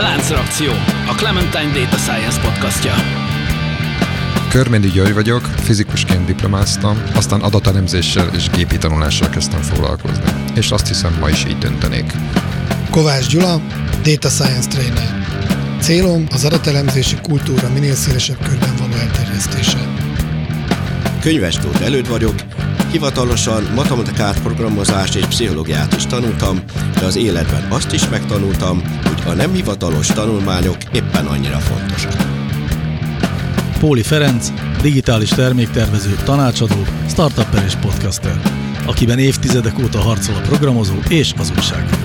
Láncreakció, a Clementine Data Science podcastja. Körméndi György vagyok, fizikusként diplomáztam, aztán adatelemzéssel és gépi tanulással kezdtem foglalkozni. És azt hiszem, ma is így döntenék. Kovács Gyula, Data Science Trainer. Célom az adatelemzési kultúra minél szélesebb körben való elterjesztése. Könyves Tóth Előd vagyok, hivatalosan matematikát, programozást és pszichológiát is tanultam, de az életben azt is megtanultam, hogy a nem hivatalos tanulmányok éppen annyira fontosak. Póli Ferenc, digitális terméktervező, tanácsadó, startupper és podcaster, akiben évtizedek óta harcol a programozó és az újságíró.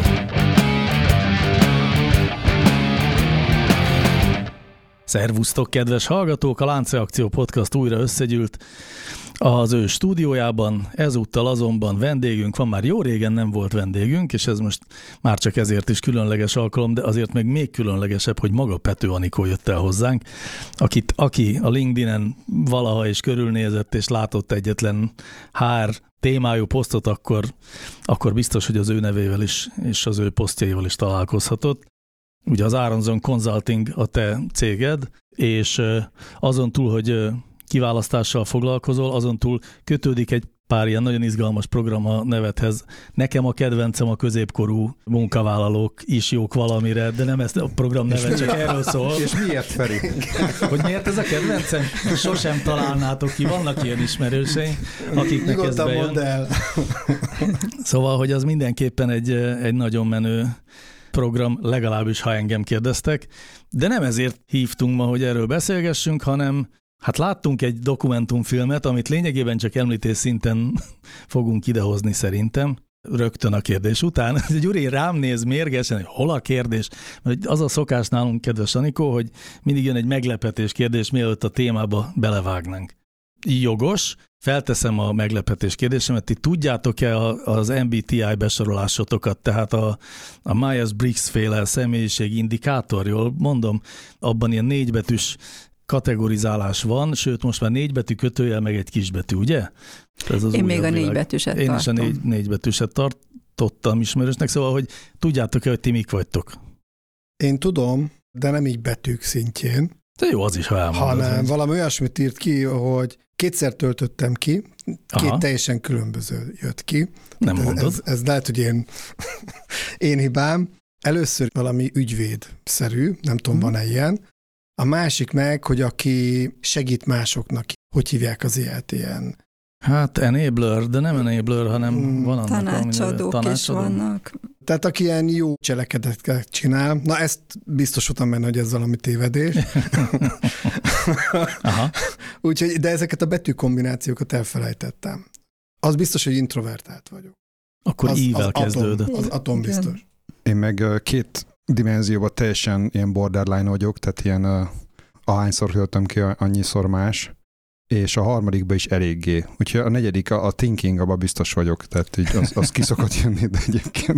Szervusztok, kedves hallgatók! A Láncreakció podcast újra összegyűlt az ő stúdiójában, ezúttal azonban vendégünk van, már jó régen nem volt vendégünk, és ez most már csak ezért is különleges alkalom, de azért meg még különlegesebb, hogy maga Pető Anikó jött el hozzánk, aki a LinkedIn-en valaha is körülnézett, és látott egyetlen HR témájú posztot, akkor biztos, hogy az ő nevével is, és az ő posztjaival is találkozhatott. Ugye az Aronson Consulting a te céged, és azon túl, hogy kiválasztással foglalkozol, azon túl kötődik egy pár ilyen nagyon izgalmas program a nevedhez. Nekem a kedvencem a középkorú munkavállalók is jók valamire, de nem ezt a program neve, csak erről szól. És miért, Feri? Hogy miért ez a kedvencem? Sosem találnátok ki. Vannak ilyen ismerőseim, akiknek ez bejön. Szóval, hogy az mindenképpen egy nagyon menő program, legalábbis ha engem kérdeztek, de nem ezért hívtunk ma, hogy erről beszélgessünk, hanem hát láttunk egy dokumentumfilmet, amit lényegében csak említés szinten fogunk idehozni szerintem, rögtön a kérdés után. Gyuri rám néz mérgesen, hogy hol a kérdés, mert az a szokás nálunk, kedves Anikó, hogy mindig jön egy meglepetés kérdés, mielőtt a témába belevágnánk. Jogos, felteszem a meglepetés kérdésemet, ti tudjátok-e az MBTI besorolásotokat, tehát a Myers-Briggs féle személyiség indikátor, jól mondom, abban ilyen 4 betűs kategorizálás van, sőt most már 4 betű kötőjel, meg egy kisbetű, ugye? Én még a 4 betűset tartom. Én is a 4 betűset tartottam ismerősnek, szóval, hogy tudjátok-e, hogy ti mik vagytok? Én tudom, de nem így betűk szintjén. De jó, az is, ha elmondod. Hanem valami olyasmit írt ki, hogy 2-szer töltöttem ki, 2 teljesen különböző jött ki. Nem mondod. Ez lehet, hogy én hibám. Először valami ügyvédszerű, nem tudom, van-e ilyen. A másik meg, hogy aki segít másoknak, hogy hívják az ilyet ilyen? Hát enabler, de nem enabler, hanem van annak tanácsadók is vannak. Tehát aki ilyen jó cselekedeteket csinál, na ezt biztos voltam benne, hogy ez valami tévedés. Aha. Úgyhogy, de ezeket a betűkombinációkat elfelejtettem. Az biztos, hogy introvertált vagyok. Akkor I-vel kezdődött. Az atom biztos. Én meg 2 dimenzióban teljesen ilyen borderline vagyok, tehát ilyen ahányszor höltem ki, annyiszor más, és a harmadikban is eléggé. Úgyhogy a 4. a thinking, abban biztos vagyok, tehát így az ki szokott jönni, de egyébként.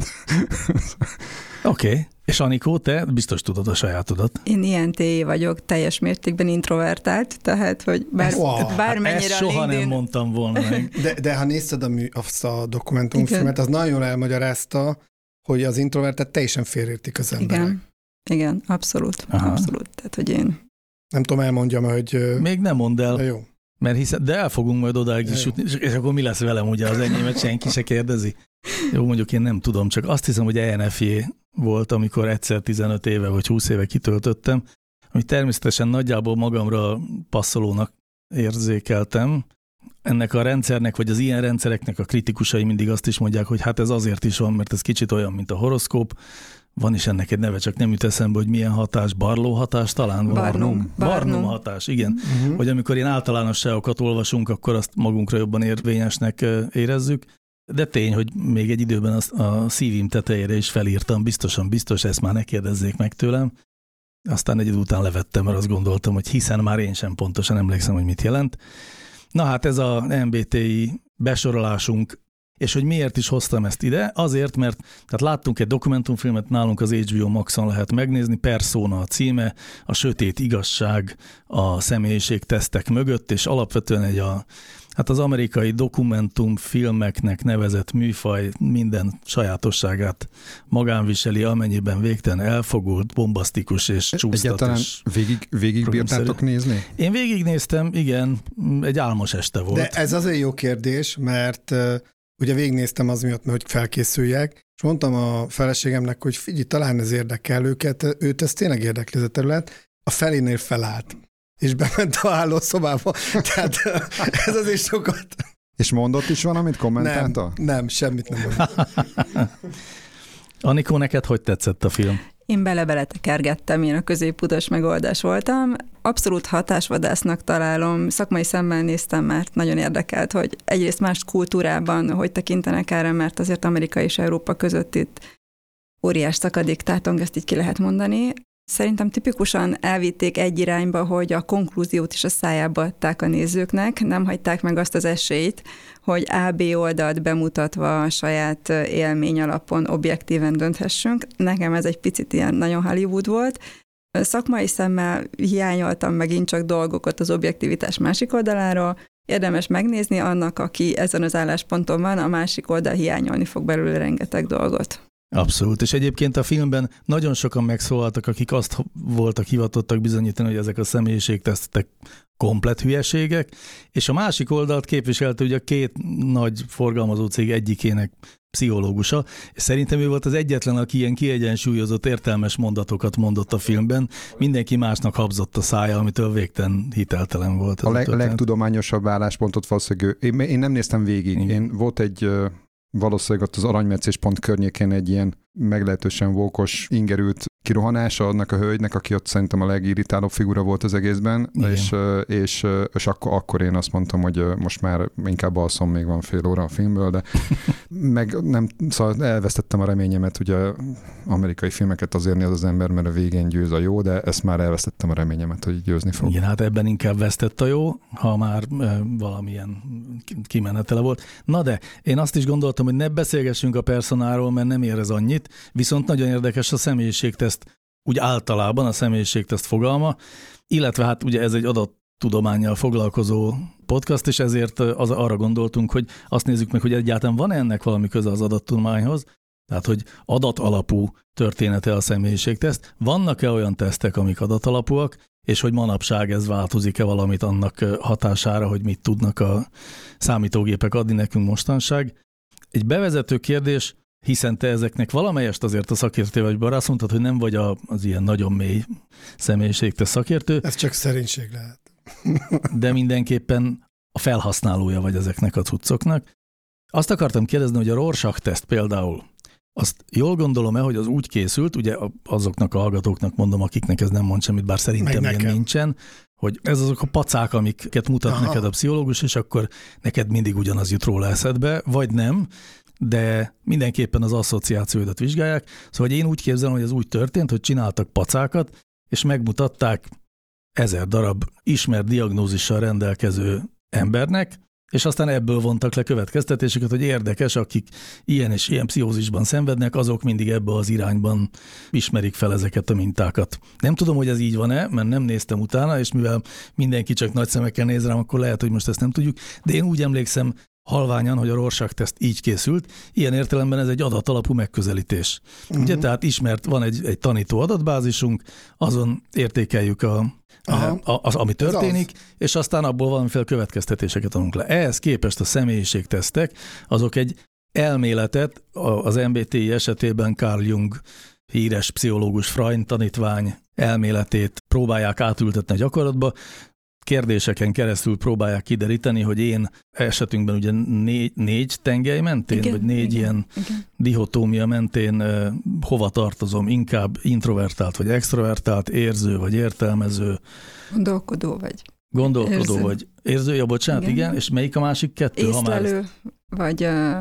Oké. És Anikó, te biztos tudod a sajátodat. Én INTJ vagyok, teljes mértékben introvertált, tehát, hogy bármennyire ezt soha LinkedIn... nem mondtam volna meg. De ha nézted azt a dokumentumfilmet, az nagyon jól elmagyarázta, hogy az introvertet teljesen félreértik az emberek. Igen, abszolút. Aha. Abszolút. Tehát, hogy én... Nem tudom, elmondjam, hogy... Még nem mondd el. De jó. De el fogunk majd odáig is jutni, és akkor mi lesz velem, ugye az enyémet senki se kérdezi. Jó, mondjuk én nem tudom, csak azt hiszem, hogy ENFJ volt, amikor egyszer 15 éve vagy 20 éve kitöltöttem, amit természetesen nagyjából magamra passzolónak érzékeltem. Ennek a rendszernek, vagy az ilyen rendszereknek a kritikusai mindig azt is mondják, hogy hát ez azért is van, mert ez kicsit olyan, mint a horoszkóp. Van is ennek egy neve, csak nem jut eszembe, hogy milyen hatás, Barlow hatás talán? Barnum hatás, igen. Hogy amikor ilyen általánosságokat olvasunk, akkor azt magunkra jobban érvényesnek érezzük. De tény, hogy még egy időben a szívim tetejére is felírtam, biztos, ezt már ne kérdezzék meg tőlem. Aztán egy idő után levettem, mert azt gondoltam, hogy hiszen már én sem pontosan emlékszem, hogy mit jelent. Na hát ez a MBTI besorolásunk, és hogy miért is hoztam ezt ide? Azért, mert tehát láttunk egy dokumentumfilmet, nálunk az HBO Maxon lehet megnézni, Persona a címe, a sötét igazság a személyiségtesztek mögött, és alapvetően egy hát az amerikai dokumentumfilmeknek nevezett műfaj minden sajátosságát magán viseli, amennyiben végtelen elfogult, bombasztikus és csúsztat. Egyáltalán végigbírtátok nézni? Én végignéztem, igen, egy álmos este volt. De ez azért jó kérdés, mert ugye végignéztem az miatt, hogy felkészüljek, és mondtam a feleségemnek, hogy figyelj, talán ez érdekel őt ez tényleg érdekli ez a terület, a felénél felállt, és bement a hálószobába, tehát ez azért sokat. És mondott is valamit, kommentálta? Nem, semmit nem mondott. Anikó, neked hogy tetszett a film? Én bele-beletekergettem, én a középutas megoldás voltam. Abszolút hatásvadásznak találom, szakmai szemmel néztem, mert nagyon érdekelt, hogy egyrészt más kultúrában hogy tekintenek erre, mert azért Amerika és Európa között itt óriás szakadék tátong, ezt így ki lehet mondani. Szerintem tipikusan elvitték egy irányba, hogy a konklúziót is a szájába adták a nézőknek, nem hagyták meg azt az esélyt, hogy A-B oldalt bemutatva a saját élmény alapon objektíven dönthessünk. Nekem ez egy picit ilyen nagyon Hollywood volt. Szakmai szemmel hiányoltam megint csak dolgokat az objektivitás másik oldaláról. Érdemes megnézni annak, aki ezen az állásponton van, a másik oldal hiányolni fog belőle rengeteg dolgot. Abszolút, és egyébként a filmben nagyon sokan megszólaltak, akik azt voltak hivatottak bizonyítani, hogy ezek a személyiségtesztek komplett hülyeségek, és a másik oldalt képviselte ugye a két nagy forgalmazó cég egyikének pszichológusa, és szerintem ő volt az egyetlen, aki ilyen kiegyensúlyozott, értelmes mondatokat mondott a filmben, mindenki másnak habzott a szája, amitől végtelen hiteltelen volt. A legtudományosabb álláspontot valószínűleg én nem néztem végig. Én volt egy valószínűleg ott az Aranymetszés.pont környékén egy ilyen meglehetősen vókos, ingerült kirohanása annak a hölgynek, aki ott szerintem a legirritálóbb figura volt az egészben, és akkor én azt mondtam, hogy most már inkább alszom, még van fél óra a filmből, de meg nem, szóval elvesztettem a reményemet, ugye amerikai filmeket azért néz az ember, mert a végén győz a jó, de ezt már elvesztettem a reményemet, hogy győzni fog. Igen, hát ebben inkább vesztett a jó, ha már valamilyen kimenetele volt. Na de, én azt is gondoltam, hogy ne beszélgessünk a personáról, mert nem ér ez annyit, viszont nagyon érdekes a személyiségteszt, úgy általában a személyiségteszt fogalma, illetve hát ugye ez egy adattudománnyal foglalkozó podcast, és ezért arra gondoltunk, hogy azt nézzük meg, hogy egyáltalán van ennek valami köze az adattudományhoz, tehát hogy adatalapú története a személyiségteszt, vannak-e olyan tesztek, amik adatalapúak, és hogy manapság ez változik-e valamit annak hatására, hogy mit tudnak a számítógépek adni nekünk mostanság. Egy bevezető kérdés, hiszen te ezeknek valamelyest azért a szakértő vagy, bár azt mondtad, hogy nem vagy az ilyen nagyon mély személyiségteszt szakértő. Ez csak szerénység lehet. De mindenképpen a felhasználója vagy ezeknek a cuccoknak. Azt akartam kérdezni, hogy a Rorschach-teszt például, azt jól gondolom-e, hogy az úgy készült, ugye azoknak a hallgatóknak mondom, akiknek ez nem mond semmit, bár szerintem ilyen nincsen, hogy ez azok a pacák, amiket mutat neked a pszichológus, és akkor neked mindig ugyanaz jut róla eszedbe, vagy nem, de mindenképpen az asszociációidat vizsgálják. Szóval én úgy képzelem, hogy ez úgy történt, hogy csináltak pacákat, és megmutatták 1000 darab ismert diagnózissal rendelkező embernek, és aztán ebből vontak le következtetéseket, hogy érdekes, akik ilyen és ilyen pszichózisban szenvednek, azok mindig ebbe az irányban ismerik fel ezeket a mintákat. Nem tudom, hogy ez így van-e, mert nem néztem utána, és mivel mindenki csak nagy szemekkel néz rám, akkor lehet, hogy most ezt nem tudjuk, de én úgy emlékszem halványan, hogy a Rorschach-teszt így készült. Ilyen értelemben ez egy adatalapú megközelítés. Ugye, tehát van egy tanító adatbázisunk, azon értékeljük ami történik, és aztán abból valamiféle következtetéseket tanulunk le. Ehhez képest a személyiségtesztek, azok egy elméletet, az MBTI esetében Carl Jung híres pszichológus Freud tanítvány elméletét próbálják átültetni a gyakorlatba, kérdéseken keresztül próbálják kideríteni, hogy én esetünkben ugye négy tengely mentén, igen, vagy négy ilyen dihotómia mentén hova tartozom, inkább introvertált vagy extrovertált, érző vagy értelmező. Gondolkodó vagy érző, ja, bocsánat, igen. És melyik a másik kettő? Észlelő, vagy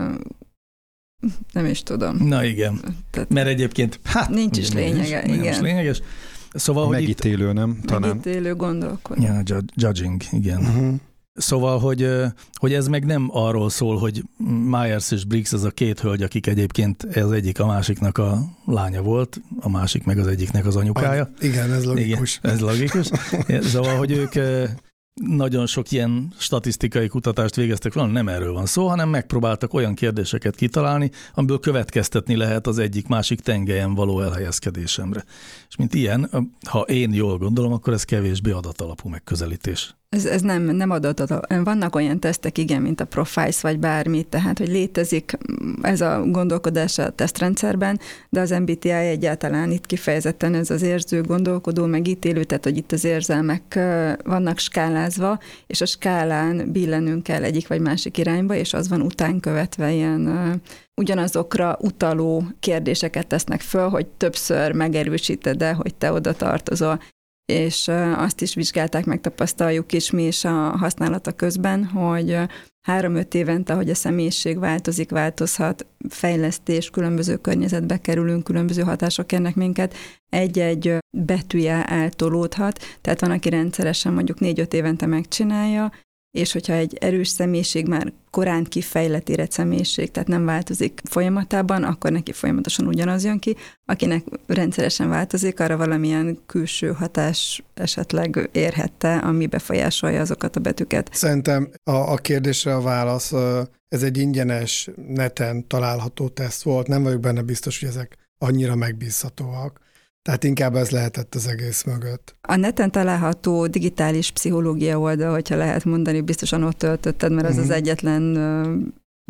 nem is tudom. Na igen, mert egyébként nincs is lényege, igen. Nem is lényeges. Szóval, megítélő, nem? Talán. Megítélő gondolkodó. Ja, judging, igen. Szóval, hogy ez meg nem arról szól, hogy Myers és Briggs az a két hölgy, akik egyébként az egyik a másiknak a lánya volt, a másik meg az egyiknek az anyukája. Igen, ez logikus. Igen, ez logikus. Szóval, hogy nagyon sok ilyen statisztikai kutatást végeztek, nem erről van szó, hanem megpróbáltak olyan kérdéseket kitalálni, amiből következtetni lehet az egyik-másik tengelyen való elhelyezkedésemre. És mint ilyen, ha én jól gondolom, akkor ez kevésbé adatalapú megközelítés. Ez nem adatalapú. Vannak olyan tesztek, igen, mint a Profiles vagy bármi, tehát, hogy létezik ez a gondolkodás a tesztrendszerben, de az MBTI egyáltalán itt kifejezetten ez az érző, gondolkodó, megítélő, tehát, hogy itt az érzelmek vannak skálázva, és a skálán billenünk kell egyik vagy másik irányba, és az van utánkövetve ilyen ugyanazokra utaló kérdéseket tesznek föl, hogy többször megerősíted-e, hogy te oda tartozol. És azt is vizsgálták, megtapasztaljuk is mi is a használata közben, hogy 3-5 évente, hogy a személyiség változik, változhat, fejlesztés, különböző környezetbe kerülünk, különböző hatások érnek minket, egy-egy betűje eltolódhat, tehát van, aki rendszeresen mondjuk 4-5 évente megcsinálja, és hogyha egy erős személyiség már korán kifejlett érett személyiség, tehát nem változik folyamatában, akkor neki folyamatosan ugyanaz jön ki. Akinek rendszeresen változik, arra valamilyen külső hatás esetleg érhette, ami befolyásolja azokat a betűket. Szerintem a kérdésre a válasz, ez egy ingyenes, neten található teszt volt, nem vagyok benne biztos, hogy ezek annyira megbízhatóak. Tehát inkább ez lehetett az egész mögött. A neten található digitális pszichológia oldal, hogyha lehet mondani, biztosan ott töltötted, mert az az egyetlen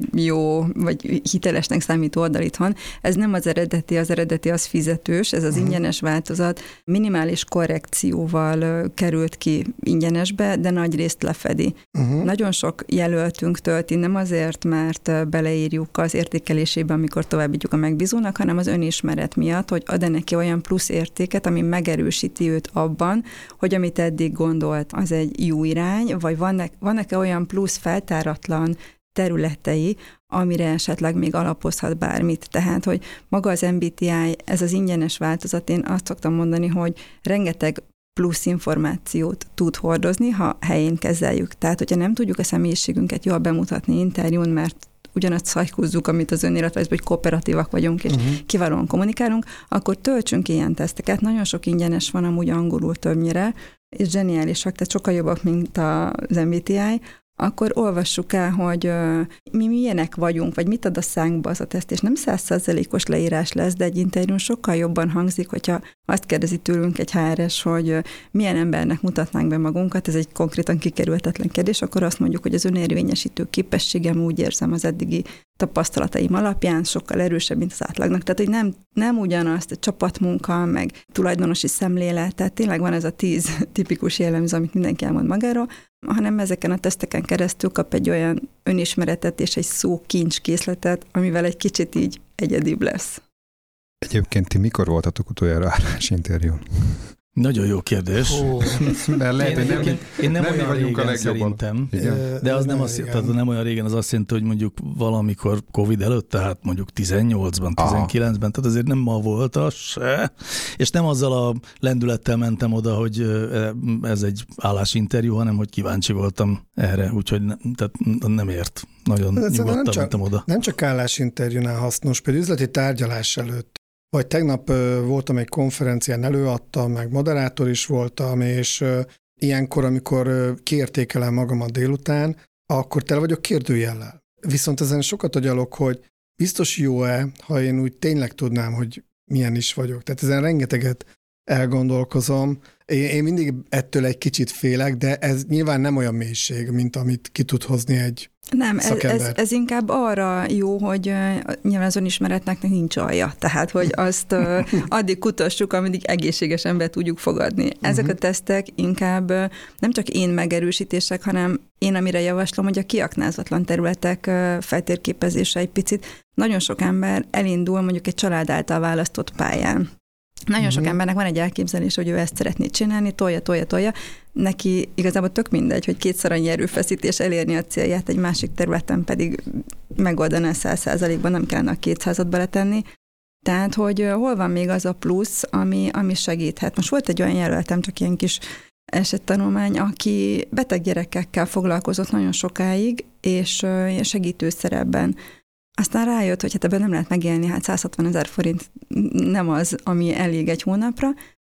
jó, vagy hitelesnek számító oldal itthon. Ez nem az eredeti az fizetős, ez az ingyenes változat minimális korrekcióval került ki ingyenesbe, de nagy részt lefedi. Nagyon sok jelöltünk tölti, nem azért, mert beleírjuk az értékelésébe, amikor továbbítjuk a megbízónak, hanem az önismeret miatt, hogy ad neki olyan plusz értéket, ami megerősíti őt abban, hogy amit eddig gondolt, az egy jó irány, vagy vannak-e olyan plusz feltáratlan területei, amire esetleg még alapozhat bármit. Tehát, hogy maga az MBTI, ez az ingyenes változat, én azt szoktam mondani, hogy rengeteg plusz információt tud hordozni, ha helyén kezeljük. Tehát, hogyha nem tudjuk a személyiségünket jól bemutatni interjún, mert ugyanazt szajkúzzuk, amit az önéletrajzban, hogy kooperatívak vagyunk, és kiválóan kommunikálunk, akkor töltsünk ilyen teszteket. Nagyon sok ingyenes van amúgy angolul többnyire, és zseniálisak, tehát sokkal jobbak, mint az MBTI, akkor olvassuk el, hogy mi milyenek vagyunk, vagy mit ad a szánkba az a teszt, és nem 100%-os leírás lesz, de egy interjún sokkal jobban hangzik, hogyha azt kérdezi tőlünk egy HRS, hogy milyen embernek mutatnánk be magunkat, ez egy konkrétan kikerülhetetlen kérdés, akkor azt mondjuk, hogy az önérvényesítő képességem, úgy érzem az eddigi tapasztalataim alapján sokkal erősebb, mint az átlagnak. Tehát, hogy nem ugyanazt a csapatmunka, meg tulajdonosi szemlélet, tehát tényleg van ez a 10 tipikus jellemző, amit mindenki elmond magáról, hanem ezeken a teszteken keresztül kap egy olyan önismeretet és egy szó kincskészletet, amivel egy kicsit így egyedibb lesz. Egyébként ti mikor voltatok utoljára állásinterjún? Nagyon jó kérdés. Mert lehet, hogy én nem mi olyan vagyunk régen a legjobban. szerintem, de az nem olyan régen, az azt jelenti, hogy mondjuk valamikor Covid előtt, tehát mondjuk 18-ban, 19-ben, tehát azért nem ma volt az se, és nem azzal a lendülettel mentem oda, hogy ez egy állásinterjú, hanem hogy kíváncsi voltam erre, úgyhogy tehát nem ért. Nagyon nyugodtan mentem oda. Nem csak állásinterjúnál hasznos, például üzleti tárgyalás előtt. Vagy tegnap voltam egy konferencián, előadtam, meg moderátor is voltam, és ilyenkor, amikor kiértékelem magamat délután, akkor tele vagyok kérdőjellel. Viszont ezen sokat agyalok, hogy biztos jó-e, ha én úgy tényleg tudnám, hogy milyen is vagyok. Tehát ezen rengeteget elgondolkozom. Én mindig ettől egy kicsit félek, de ez nyilván nem olyan mélység, mint amit ki tud hozni egy szakember. Ez inkább arra jó, hogy nyilván az önismeretnek nincs alja, tehát hogy azt addig kutassuk, ameddig egészségesen be tudjuk fogadni. Ezek a tesztek inkább nem csak én megerősítések, hanem én amire javaslom, hogy a kiaknázatlan területek feltérképezése egy picit. Nagyon sok ember elindul mondjuk egy család által választott pályán. Nagyon sok embernek van egy elképzelés, hogy ő ezt szeretné csinálni, tolja. Neki igazából tök mindegy, hogy 2-szer annyi erőfeszítés elérni a célját, egy másik területen pedig megoldaná 100%-ban, nem kellene a 200-at beletenni. Tehát, hogy hol van még az a plusz, ami segíthet. Most volt egy olyan jelöltem, csak ilyen kis esettanulmány, aki beteg gyerekekkel foglalkozott nagyon sokáig, és segítő szerepben. Aztán rájött, hogy hát ebben nem lehet megélni, hát 160 000 forint nem az, ami elég egy hónapra,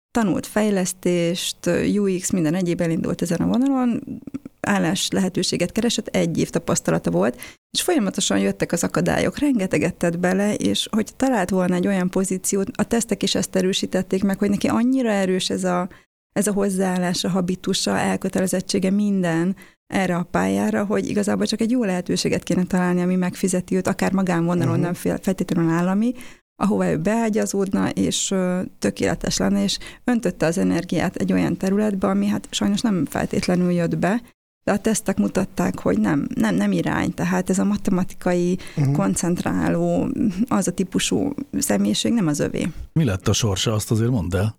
tanult fejlesztést, UX, minden egyéb elindult ezen a vonalon, állás lehetőséget keresett, 1 év tapasztalata volt, és folyamatosan jöttek az akadályok, rengeteget tett bele, és hogy talált volna egy olyan pozíciót, a tesztek is ezt erősítették meg, hogy neki annyira erős ez a hozzáállás, a habitusa, elkötelezettsége, minden erre a pályára, hogy igazából csak egy jó lehetőséget kéne találni, ami megfizeti őt, akár magánvonalon, nem feltétlenül állami, ahova ő beágyazódna, és tökéletes lenne, és öntötte az energiát egy olyan területbe, ami hát sajnos nem feltétlenül jött be, de a tesztek mutatták, hogy nem irány, tehát ez a matematikai, koncentráló, az a típusú személyiség nem az övé. Mi lett a sorsa, azt azért mondd el?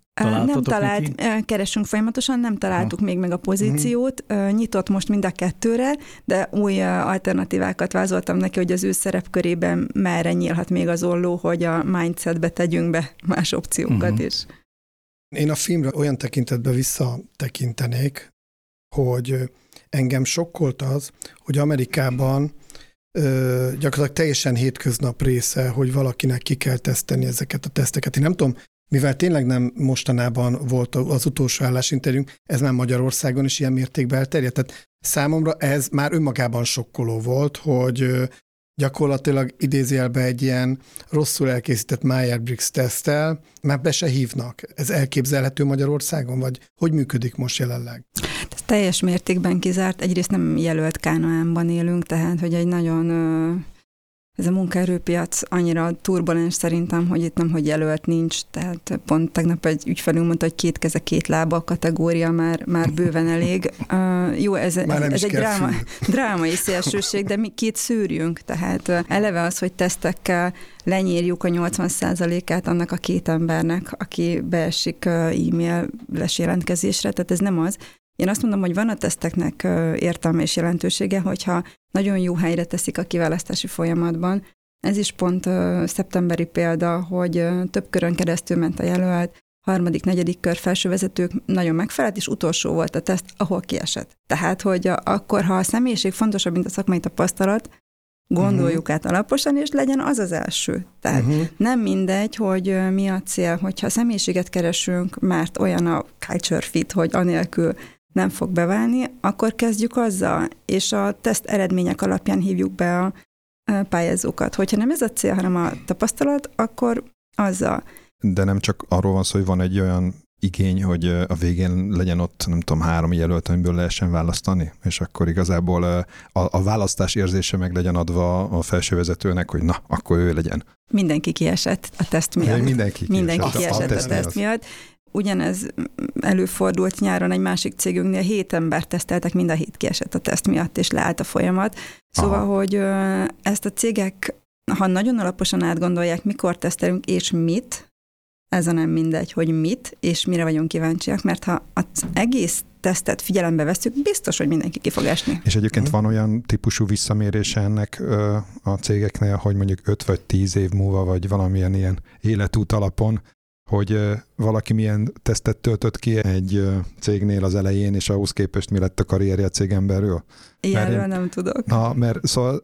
Keresünk folyamatosan, nem találtuk még meg a pozíciót, nyitott most mind a 2-re, de új alternatívákat vázoltam neki, hogy az ő szerepkörében merre nyílhat még az olló, hogy a mindsetbe tegyünk be más opciókat is. Én a filmre olyan tekintetben visszatekintenék, hogy engem sokkolt az, hogy Amerikában gyakorlatilag teljesen hétköznap része, hogy valakinek ki kell tesztelni ezeket a teszteket. Én nem tudom, mivel tényleg nem mostanában volt az utolsó állásinterjúnk, ez már Magyarországon is ilyen mértékben elterjedt. Tehát számomra ez már önmagában sokkoló volt, hogy gyakorlatilag idézőjelben egy ilyen rosszul elkészített Myers-Briggs teszttel már be se hívnak. Ez elképzelhető Magyarországon, vagy hogy működik most jelenleg? Ez teljes mértékben kizárt. Egyrészt nem jelölt Kánaánban élünk, tehát hogy egy nagyon... Ez a munkaerőpiac annyira turbulens szerintem, hogy itt nem, hogy jelölt nincs, tehát pont tegnap egy ügyfelünk mondta, hogy 2 keze, 2 lába a kategória már bőven elég. Jó, ez egy drámai szélsőség, de mi 2 szűrjünk, tehát eleve az, hogy tesztekkel lenyírjuk a 80%-át annak a 2 embernek, aki beesik e-mailes jelentkezésre, tehát ez nem az. Én azt mondom, hogy van a teszteknek értelme és jelentősége, hogyha nagyon jó helyre teszik a kiválasztási folyamatban. Ez is pont szeptemberi példa, hogy több körön keresztül ment a jelölt, 3., 4. kör felsővezetők nagyon megfelelt, és utolsó volt a teszt, ahol kiesett. Tehát, hogy akkor, ha a személyiség fontosabb, mint a szakmai tapasztalat, gondoljuk át alaposan, és legyen az az első. Tehát nem mindegy, hogy mi a cél, hogyha személyiséget keresünk, mert olyan a culture fit, hogy anélkül nem fog beválni, akkor kezdjük azzal, és a teszt eredmények alapján hívjuk be a pályázókat. Hogyha nem ez a cél, hanem a tapasztalat, akkor azzal. De nem csak arról van szó, hogy van egy olyan igény, hogy a végén legyen ott, nem tudom, 3 jelölt, amiből lehessen választani, és akkor igazából a választás érzése meg legyen adva a felsővezetőnek, hogy na, akkor ő legyen. Mindenki kiesett a teszt miatt. Mindenki kiesett a teszt miatt. Ugyanez előfordult nyáron egy másik cégünknél, 7 ember teszteltek, mind a 7 kiesett a teszt miatt, és leállt a folyamat. Szóval, hogy ezt a cégek, ha nagyon alaposan átgondolják, mikor tesztelünk, és mit, ez a nem mindegy, hogy mit, és mire vagyunk kíváncsiak, mert ha az egész tesztet figyelembe veszük, biztos, hogy mindenki ki fog esni. És egyébként van olyan típusú visszamérése ennek a cégeknél, hogy mondjuk 5 vagy 10 év múlva, vagy valamilyen ilyen életút alapon, hogy valaki milyen tesztet töltött ki egy cégnél az elején, és ahhoz képest mi lett a karrierje a cégemberről? Ilyenről nem tudok. Mert szóval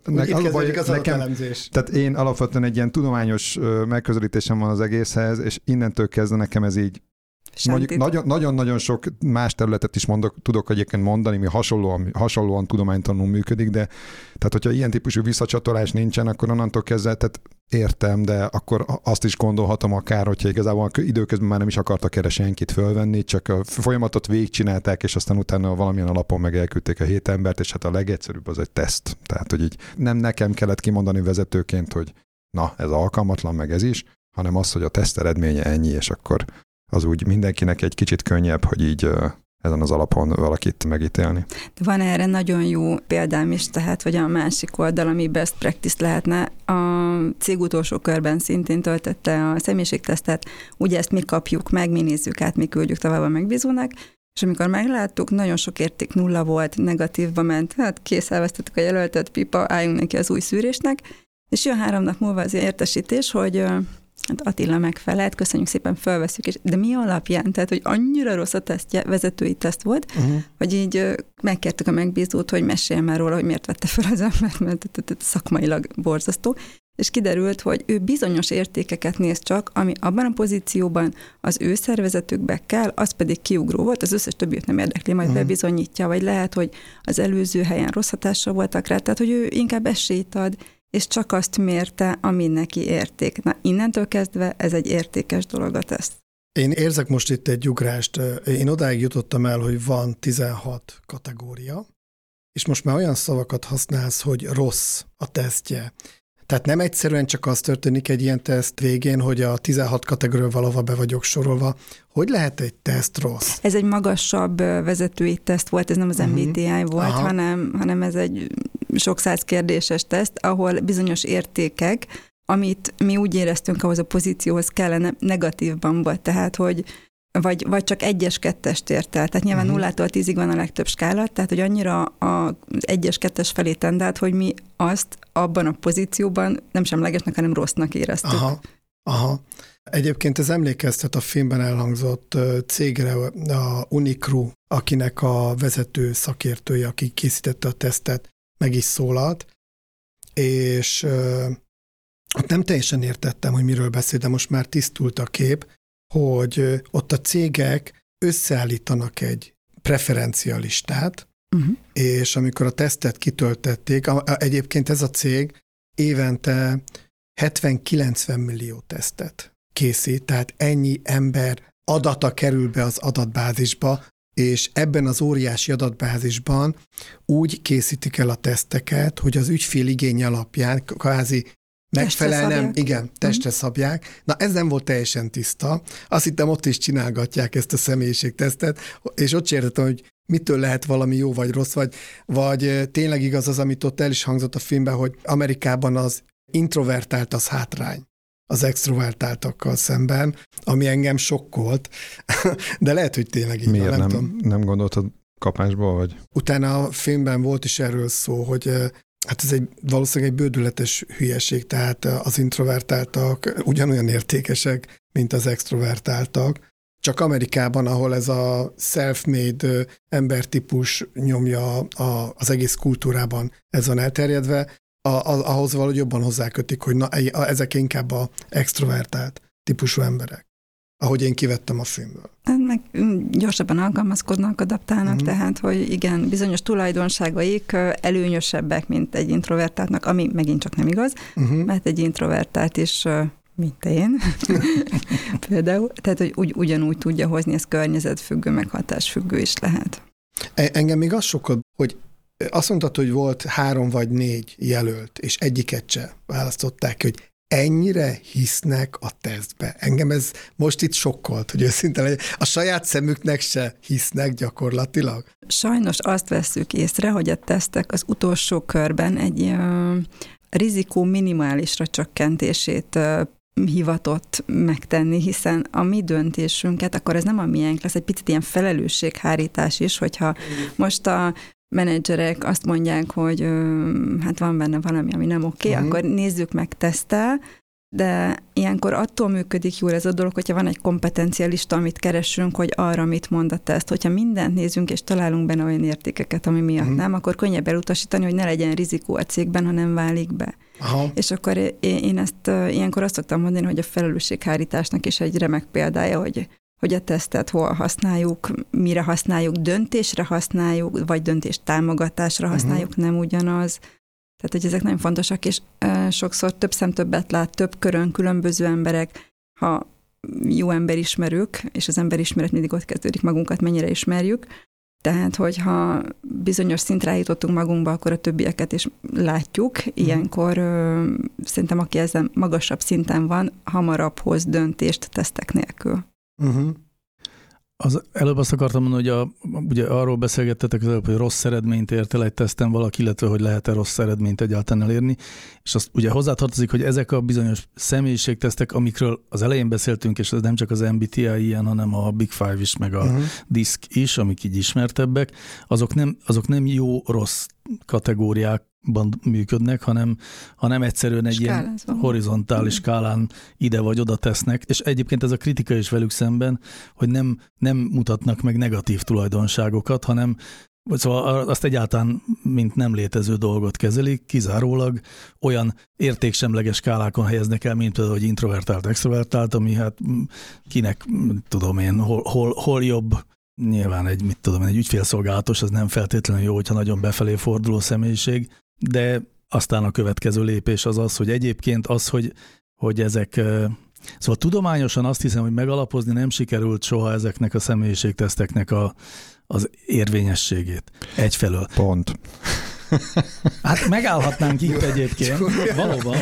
tehát én alapvetően egy ilyen tudományos megközelítésem van az egészhez, és innentől kezdve nekem ez így mondjuk nagyon-nagyon sok más területet is tudok egyébként mondani, mi hasonlóan tudománytalanul működik, de tehát hogyha ilyen típusú visszacsatolás nincsen, akkor onnantól kezdve, tehát értem, de akkor azt is gondolhatom akár, hogyha igazából időközben már nem is akartak erre senkit fölvenni, csak a folyamatot végigcsinálták, és aztán utána valamilyen alapon meg elküldték a 7 embert, és hát a legegyszerűbb az egy teszt. Tehát, hogy így nem nekem kellett kimondani vezetőként, hogy na, ez alkalmatlan, meg ez is, hanem az, hogy a teszt eredménye ennyi, és akkor az úgy mindenkinek egy kicsit könnyebb, hogy így ezen az alapon valakit megítélni. De van erre nagyon jó példám is, tehát, hogy a másik oldal, ami best practice lehetne, a cég utolsó körben szintén töltötte a személyiségtesztet, ugye ezt mi kapjuk meg, mi nézzük át, mi küldjük tovább a megbízónak, és amikor megláttuk, nagyon sok érték 0 volt, negatívba ment, hát elvesztettük a jelöltet, pipa, álljunk neki az új szűrésnek, és jön 3 nap múlva az értesítés, hogy hát Attila megfelelt, köszönjük szépen, felveszünk, de mi alapján? Tehát, hogy annyira rossz a tesztje, vezetői teszt volt, hogy így megkértük a megbízót, hogy meséljen már róla, hogy miért vette fel az embert, mert szakmailag borzasztó. és kiderült, hogy ő bizonyos értékeket néz csak, ami abban a pozícióban az ő szervezetükbe kell, az pedig kiugró volt, az összes többiét nem érdekli, majd bebizonyítja, vagy lehet, hogy az előző helyen rossz hatással voltak rá, tehát hogy ő inkább esélyt ad, és csak azt mérte, ami neki érték. Na, innentől kezdve ez egy értékes dolog a teszt. Én érzek most itt egy ugrást. Én odáig jutottam el, hogy van 16 kategória, és most már olyan szavakat használsz, hogy rossz a tesztje. Tehát nem egyszerűen csak az történik egy ilyen teszt végén, hogy a 16 kategória valahova be vagyok sorolva. Hogy lehet egy teszt rossz? Ez egy magasabb vezetői teszt volt, ez nem az MBTI volt, hanem ez egy sok száz kérdéses teszt, ahol bizonyos értékek, amit mi úgy éreztünk ahhoz a pozícióhoz kellene, negatívban volt, tehát hogy vagy csak 1-es, 2-est ért el. Tehát nyilván 0-tól 10-ig van a legtöbb skála, tehát hogy annyira az 1-es, 2-es felé tendált, hogy mi azt abban a pozícióban nem semlegesnek, hanem rossznak éreztük. Aha. Egyébként ez emlékeztet a filmben elhangzott cégre, a Unicru, akinek a vezető szakértője, aki készítette a tesztet, meg is szólalt, és ott nem teljesen értettem, hogy miről beszél, de most már tisztult a kép, hogy ott a cégek összeállítanak egy preferencialistát, és amikor a tesztet kitöltették, egyébként ez a cég évente 70-90 millió tesztet készít, tehát ennyi ember adata kerül be az adatbázisba, és ebben az óriási adatbázisban úgy készítik el a teszteket, hogy az ügyfél igény alapján kvázi megfelelően, testre szabják. Na, ez nem volt teljesen tiszta. Azt hittem, ott is csinálgatják ezt a személyiségtesztet, és ott értettem, hogy mitől lehet valami jó vagy rossz, vagy tényleg igaz az, amit ott el is hangzott a filmben, hogy Amerikában az introvertált az hátrány az extrovertáltakkal szemben, ami engem sokkolt, de lehet, hogy tényleg így miért van, tudom. Nem gondoltad kapásba, vagy? Utána a filmben volt is erről szó, hogy hát ez valószínűleg egy bődületes hülyeség, tehát az introvertáltak ugyanolyan értékesek, mint az extrovertáltak. Csak Amerikában, ahol ez a self-made embertípus nyomja az egész kultúrában, ez van elterjedve, ahhoz valahogy jobban hozzákötik, hogy na, ezek inkább a extrovertált típusú emberek, ahogy én kivettem a filmből. Meg gyorsabban alkalmazkodnak, adaptálnak, tehát, hogy igen, bizonyos tulajdonságaik előnyösebbek, mint egy introvertáltnak, ami megint csak nem igaz, mert egy introvertált is, mint én, például, tehát, hogy ugyanúgy tudja hozni, ez környezetfüggő, meg hatásfüggő is lehet. Engem még az sokkal, hogy azt mondtad, hogy volt 3 vagy 4 jelölt, és egyiket se választották, hogy ennyire hisznek a tesztbe. Engem ez most itt sokkolt, hogy őszinte legyen. A saját szemüknek se hisznek gyakorlatilag. Sajnos azt vesszük észre, hogy a tesztek az utolsó körben egy rizikó minimálisra csökkentését hivatott megtenni, hiszen a mi döntésünket, akkor ez nem a miénk lesz, egy picit ilyen felelősséghárítás is, hogyha most a menedzserek azt mondják, hogy hát van benne valami, ami nem oké, akkor nézzük meg, tesztel, de ilyenkor attól működik jól ez a dolog, hogyha van egy kompetencialista, amit keresünk, hogy arra mit mond a teszt. Hogyha mindent nézünk, és találunk benne olyan értékeket, ami miatt nem, akkor könnyebb elutasítani, hogy ne legyen rizikó a cégben, hanem válik be. Aha. És akkor én ezt ilyenkor azt szoktam mondani, hogy a felelősséghárításnak is egy remek példája, hogy a tesztet hol használjuk, mire használjuk, döntésre használjuk, vagy döntés támogatásra használjuk, nem ugyanaz. Tehát, hogy ezek nagyon fontosak, és sokszor több szem többet lát, több körön különböző emberek, ha jó emberismerők, és az emberismeret mindig ott kezdődik, magunkat mennyire ismerjük. Tehát, hogyha bizonyos szintre eljutottunk magunkba, akkor a többieket is látjuk. Ilyenkor szerintem, aki ezen magasabb szinten van, hamarabb hoz döntést tesztek nélkül. Előbb azt akartam mondani, hogy ugye arról beszélgettetek az előbb, hogy rossz eredményt ért el egy teszten valaki, illetve hogy lehet-e rossz eredményt egyáltalán elérni, és azt ugye hozzátartozik, hogy ezek a bizonyos személyiségtesztek, amikről az elején beszéltünk, és ez nem csak az MBTI ilyen, hanem a Big Five is, meg a DISC is, amik így ismertebbek, azok nem jó-rossz kategóriákban működnek, hanem egyszerűen egy ilyen horizontális skálán ide vagy oda tesznek, és egyébként ez a kritika is velük szemben, hogy nem mutatnak meg negatív tulajdonságokat, hanem Szóval azt egyáltalán mint nem létező dolgot kezelik, kizárólag olyan értéksemleges skálákon helyeznek el, mint például, hogy introvertált, extrovertált, ami hát kinek, tudom én, hol jobb. Nyilván egy ügyfélszolgálatos, az nem feltétlenül jó, hogyha nagyon befelé forduló személyiség, de aztán a következő lépés az, hogy egyébként az, hogy ezek... Szóval tudományosan azt hiszem, hogy megalapozni nem sikerült soha ezeknek a személyiségteszteknek az érvényességét. Egyfelől. Pont. Hát megállhatnánk itt egyébként, valóban.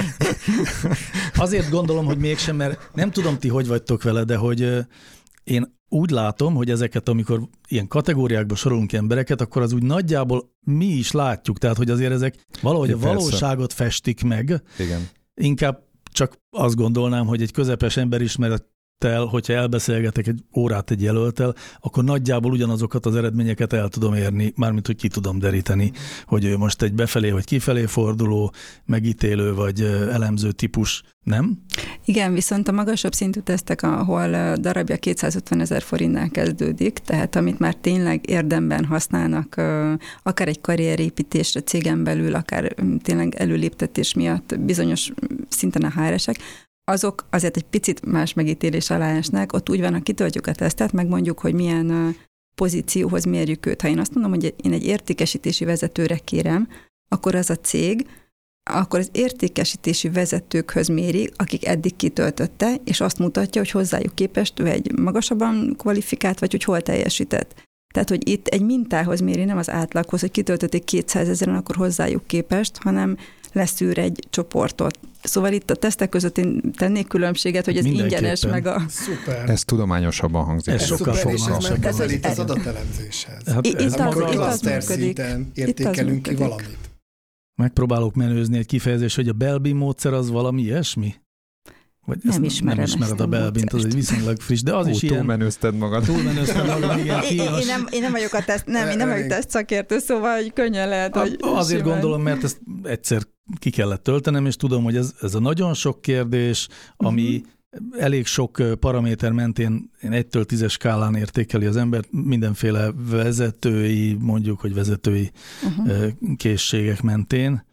Azért gondolom, hogy mégsem, mert nem tudom ti, hogy vagytok vele, de hogy én úgy látom, hogy ezeket, amikor ilyen kategóriákba sorolunk embereket, akkor az úgy nagyjából mi is látjuk, tehát hogy azért ezek valahogy a valóságot festik meg. Igen. Inkább csak azt gondolnám, hogy egy közepes emberismerettel, hogyha elbeszélgetek egy órát egy jelölttel, akkor nagyjából ugyanazokat az eredményeket el tudom érni, mármint, hogy ki tudom deríteni, hogy ő most egy befelé vagy kifelé forduló, megítélő vagy elemző típus, nem? Igen, viszont a magasabb szintű tesztek, ahol darabja 250 000 forintnál kezdődik, tehát amit már tényleg érdemben használnak, akár egy karrierépítésre cégen belül, akár tényleg előléptetés miatt bizonyos szinten a HR-esek, azok azért egy picit más megítélés alá esnek. Ott úgy van, ha kitöltjük a tesztet, megmondjuk, hogy milyen pozícióhoz mérjük őt. Ha én azt mondom, hogy én egy értékesítési vezetőre kérem, akkor az a cég, akkor az értékesítési vezetőkhöz méri, akik eddig kitöltötte, és azt mutatja, hogy hozzájuk képest ő egy magasabban kvalifikált, vagy hogy hol teljesített. Tehát, hogy itt egy mintához méri, nem az átlaghoz, hogy kitöltötték 200 000-en, akkor hozzájuk képest, hanem leszűr egy csoportot. Szóval itt a tesztek között én tennék különbséget, hogy ez ingyenes, meg a... Szuper. Ez tudományosabban hangzik. Ez sokkal közelít az adatelemzéshez. Hát itt amikor az klaszter működik. szinten értékelünk ki valamit. Megpróbálok menőzni egy kifejezés, hogy a Belbin módszer az valami ilyesmi? Vagy Nem ismerem nem ismered a Belbint, az egy viszonylag friss, de az is ilyen... Túlmenőzted magad. Túlmenőzted magad, igen. Én nem vagyok a teszt, én nem vagyok tesztszakértő, szóval hogy könnyen lehet, hogy... Azért simán. gondolom, mert ezt egyszer ki kellett töltenem, és tudom, hogy ez a nagyon sok kérdés, ami elég sok paraméter mentén 1-től 10-es skálán értékeli az embert, mindenféle vezetői, mondjuk, hogy vezetői készségek mentén,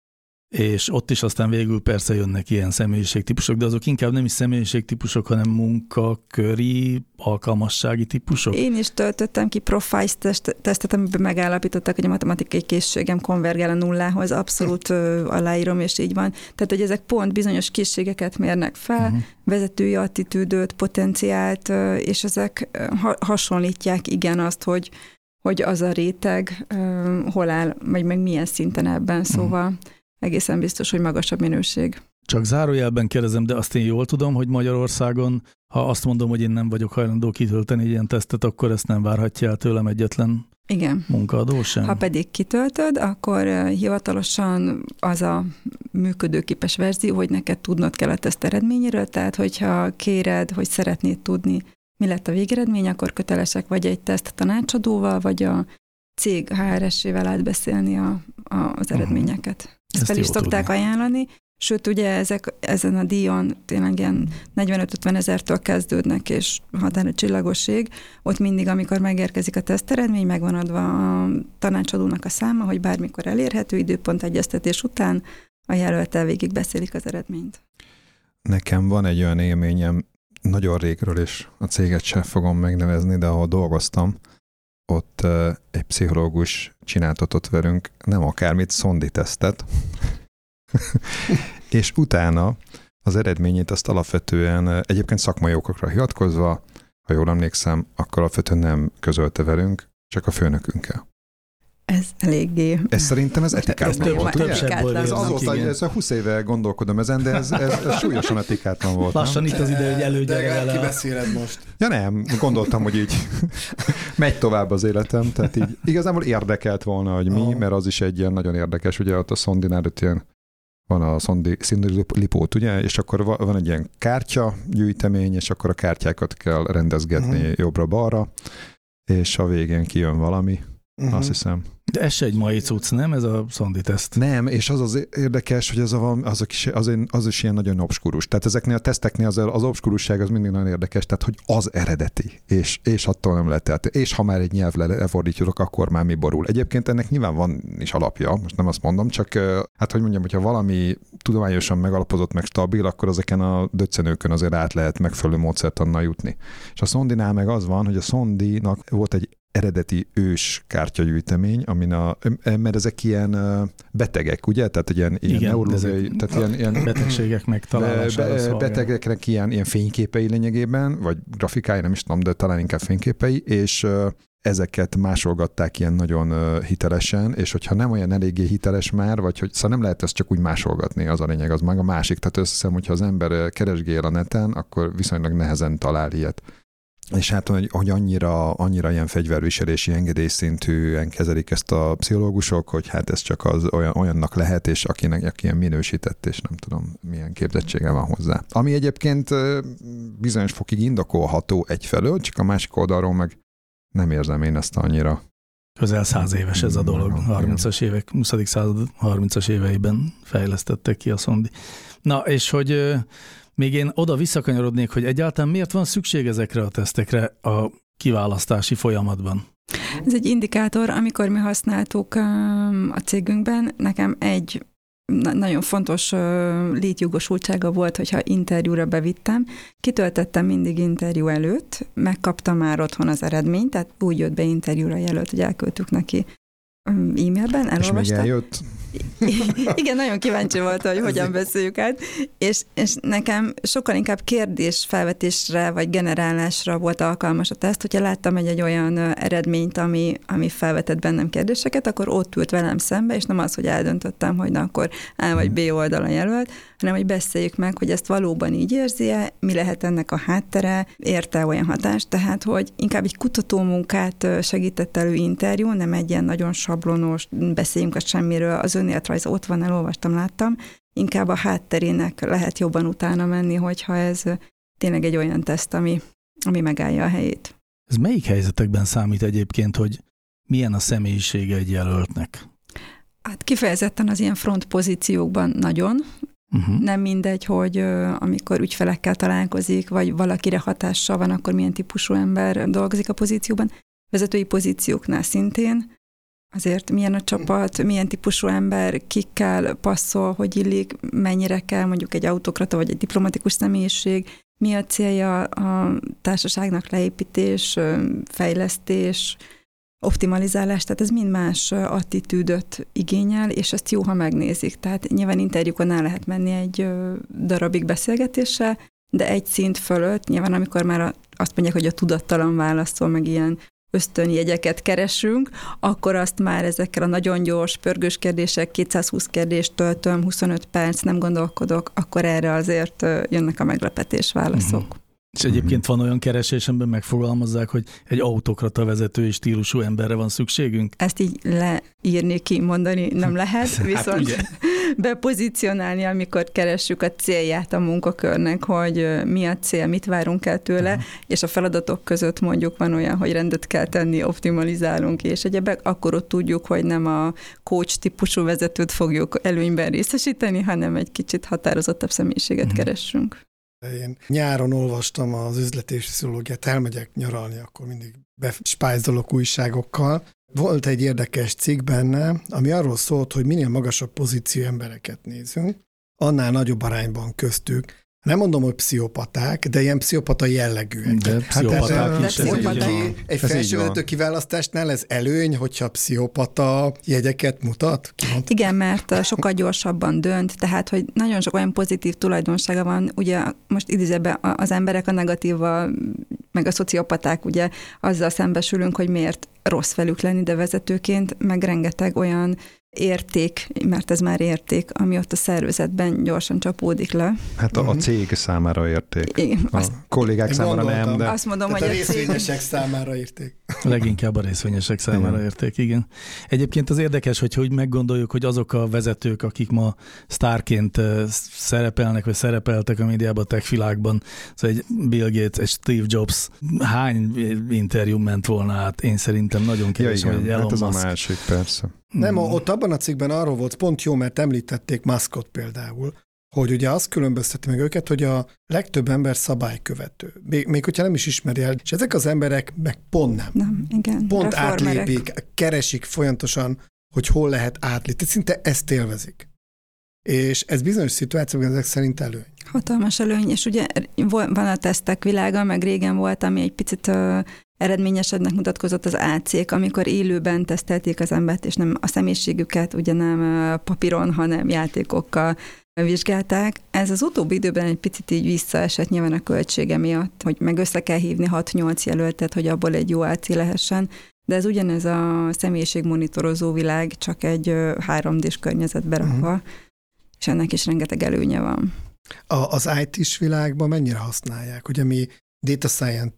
és ott is aztán végül persze jönnek ilyen személyiségtípusok, de azok inkább nem is személyiségtípusok, hanem munkaköri, alkalmassági típusok. Én is töltöttem ki Profiles tesztet, amiben megállapították, hogy a matematikai készségem konvergál a nullához, abszolút aláírom, és így van. Tehát, hogy ezek pont bizonyos készségeket mérnek fel, vezetői attitűdöt, potenciált, és ezek hasonlítják igen azt, hogy az a réteg hol áll, vagy meg milyen szinten ebben, szóval egészen biztos, hogy magasabb minőség. Csak zárójelben kérdezem, de azt én jól tudom, hogy Magyarországon, ha azt mondom, hogy én nem vagyok hajlandó kitölteni ilyen tesztet, akkor ezt nem várhatja el tőlem egyetlen munkaadó sem? Ha pedig kitöltöd, akkor hivatalosan az a működőképes verzió, hogy neked tudnod kell a teszt eredményéről, tehát hogyha kéred, hogy szeretnéd tudni, mi lett a végeredmény, akkor kötelesek vagy egy teszt tanácsadóval, vagy a cég HRS-ével átbeszélni az eredményeket. Ezt fel is szokták ajánlani, sőt ugye ezen a díjon tényleg ilyen 45-50 000-től kezdődnek, és határa csillagoség. Ott mindig, amikor megérkezik a teszteredmény, megvan adva a tanácsadónak a száma, hogy bármikor elérhető időpont egyeztetés után a jelölttel végig beszélik az eredményt. Nekem van egy olyan élményem, nagyon régről, és a céget sem fogom megnevezni, de ahol dolgoztam, ott egy pszichológus csináltatott velünk, nem akármit, szondi tesztet, és utána az eredményét azt alapvetően egyébként szakmai okokra hivatkozva, ha jól emlékszem, akkor alapvetően nem közölte velünk, csak a főnökünkkel. Ez eléggé... Ez szerintem ez etikátlan volt, ugye? Ez azóta, hogy ez a 20 éve gondolkodom ezen, de ez súlyosan etikátlan volt. Lassan itt az ide, hogy elődjere vele. De kibeszéled most. Ja nem, gondoltam, hogy így megy tovább az életem, tehát így igazából érdekelt volna, hogy mi, mert az is egy ilyen nagyon érdekes, ugye ott a szondinál ott ilyen van a szondilipót, ugye, és akkor van egy ilyen kártyagyűjtemény, és akkor a kártyákat kell rendezgetni jobbra-balra, és a végén kijön valami, azt hiszem. De ez se egy mai cucc, nem? Ez a szondi teszt. Nem, és az érdekes, hogy az is ilyen nagyon obskurus. Tehát ezeknél a teszteknél az obskurusság az mindig nagyon érdekes, tehát hogy az eredeti, és attól nem lehet. Tehát, és ha már egy nyelvre lefordítjuk, akkor már mi borul. Egyébként ennek nyilván van is alapja, most nem azt mondom, csak hát hogy mondjam, hogyha valami tudományosan megalapozott, meg stabil, akkor ezeken a döccenőkön azért át lehet megfelelő módszertannal jutni. És a szondinál meg az van, hogy a szondinak volt egy eredeti ős kártyagyűjtemény, mert ezek ilyen betegek, ugye? Tehát ilyen neurológiai, tehát ilyen betegségek megtalálására betegeknek ilyen fényképei lényegében, vagy grafikái, nem is tudom, de talán inkább fényképei, és ezeket másolgatták ilyen nagyon hitelesen, és hogyha nem olyan eléggé hiteles már, vagy hogy szóval nem lehet ezt csak úgy másolgatni, az a lényeg, az meg a másik. Tehát azt hiszem, hogyha az ember keresgél a neten, akkor viszonylag nehezen talál ilyet. És hát, hogy annyira ilyen fegyverviselési engedélyszintűen kezelik ezt a pszichológusok, hogy hát ez csak az olyannak lehet, és aki ilyen minősített, és nem tudom, milyen képzettsége van hozzá. Ami egyébként bizonyos fokig indokolható egyfelől, csak a másik oldalról meg nem érzem én ezt annyira. Közel 100 éves ez a dolog. 30-as évek, 20. század 30-as éveiben fejlesztettek ki a szondi. Na, és hogy még én oda visszakanyarodnék, hogy egyáltalán miért van szükség ezekre a tesztekre a kiválasztási folyamatban? Ez egy indikátor, amikor mi használtuk a cégünkben, nekem egy nagyon fontos létjogosultsága volt, hogyha interjúra bevittem. Kitöltettem mindig interjú előtt, megkaptam már otthon az eredményt, tehát úgy jött be interjúra jelölt, hogy elküldtük neki e-mailben, elolvastam. És még eljött? Igen, nagyon kíváncsi volt, hogy hogyan beszéljük át, és nekem sokkal inkább kérdésfelvetésre vagy generálásra volt alkalmas a teszt, hogyha láttam egy olyan eredményt, ami felvetett bennem kérdéseket, akkor ott ült velem szembe, és nem az, hogy eldöntöttem, hogy na akkor A vagy B oldalon jelölt, hanem hogy beszéljük meg, hogy ezt valóban így érzi-e, mi lehet ennek a háttere, érte olyan hatást, tehát hogy inkább egy kutatómunkát segített elő interjú, nem egy ilyen nagyon sablonos, beszéljünk a semmiről, az önéletrajz ott van, elolvastam, láttam, inkább a hátterének lehet jobban utána menni, hogyha ez tényleg egy olyan teszt, ami megállja a helyét. Ez melyik helyzetekben számít egyébként, hogy milyen a személyisége egy jelöltnek? Hát kifejezetten az ilyen front pozíciókban nagyon. Nem mindegy, hogy amikor ügyfelekkel találkozik, vagy valakire hatással van, akkor milyen típusú ember dolgozik a pozícióban. Vezetői pozícióknál szintén. Azért milyen a csapat, milyen típusú ember, kikkel passzol, hogy illik, mennyire kell mondjuk egy autokrata vagy egy diplomatikus személyiség, mi a célja a társaságnak, leépítés, fejlesztés, optimalizálás, tehát ez mind más attitűdöt igényel, és ezt jó, ha megnézik. Tehát nyilván interjúkon el lehet menni egy darabig beszélgetéssel, de egy szint fölött, nyilván amikor már azt mondják, hogy a tudattalan válaszol, meg ilyen ösztönjegyeket keresünk, akkor azt már ezekkel a nagyon gyors, pörgős kérdések, 220 kérdést töltöm, 25 perc, nem gondolkodok, akkor erre azért jönnek a meglepetés válaszok. És egyébként van olyan keresés, amiben megfogalmazzák, hogy egy autokrata vezetői stílusú emberre van szükségünk? Ezt így leírni, kimondani nem lehet, viszont bepozícionálni, amikor keressük a célját a munkakörnek, hogy mi a cél, mit várunk el tőle, és a feladatok között mondjuk van olyan, hogy rendet kell tenni, optimalizálunk, és egyebek, akkor ott tudjuk, hogy nem a coach típusú vezetőt fogjuk előnyben részesíteni, hanem egy kicsit határozottabb személyiséget keressünk. Én nyáron olvastam az üzleti és pszichológiát, elmegyek nyaralni, akkor mindig bespájzolok újságokkal. Volt egy érdekes cikk benne, ami arról szólt, hogy minél magasabb pozíció embereket nézünk, annál nagyobb arányban köztük. Nem mondom, hogy pszichopaták, de ilyen pszichopata jellegűek. De pszichopaták is. Egy felsővezető kiválasztásnál ez előny, hogyha pszichopata jegyeket mutat? Igen, mert sokkal gyorsabban dönt, tehát hogy nagyon sok olyan pozitív tulajdonsága van, ugye most idézőben az emberek a negatíval, meg a szociopaták, ugye azzal szembesülünk, hogy miért rossz velük lenni, de vezetőként meg rengeteg olyan érték, mert ez már érték, ami ott a szervezetben gyorsan csapódik le. Hát a cég számára érték. Igen, a kollégák számára nem, de... Azt mondom, tehát hogy a részvényesek számára érték. Leginkább a részvényesek számára érték, igen. Egyébként az érdekes, hogy úgy meggondoljuk, hogy azok a vezetők, akik ma sztárként szerepelnek, vagy szerepeltek a médiában, a tech világban, szóval egy Bill Gates, egy Steve Jobs, hány interjú ment volna át? Én szerintem nagyon kevés, ja, igen, vagy Elon hát ez Musk. a másik, persze. Nem, ott abban a cikkben arról volt pont jó, mert említették Muskot például, hogy ugye azt különbözteti meg őket, hogy a legtöbb ember szabálykövető. Még hogyha nem is ismeri el, és ezek az emberek meg pont nem. Nem, igen. Pont Reformerek. átlépik, keresik folyamatosan, hogy hol lehet átlépni. Szinte ezt élvezik. És ez bizonyos szituációkban ezek szerint előny. Hatalmas előny, és ugye van a tesztek világa, meg régen volt, ami egy picit eredményesebbnek mutatkozott az AC-k, amikor élőben tesztelték az embert, és nem a személyiségüket, ugye nem papíron, hanem játékokkal vizsgálták. Ez az utóbbi időben egy picit így visszaesett nyilván a költsége miatt, hogy meg össze kell hívni 6-8 jelöltet, hogy abból egy jó AC lehessen, de ez ugyanez a személyiségmonitorozó világ, csak egy 3D-s környezetbe rakva, és ennek is rengeteg előnye van. Az IT-s világban mennyire használják? Ugye mi Data Science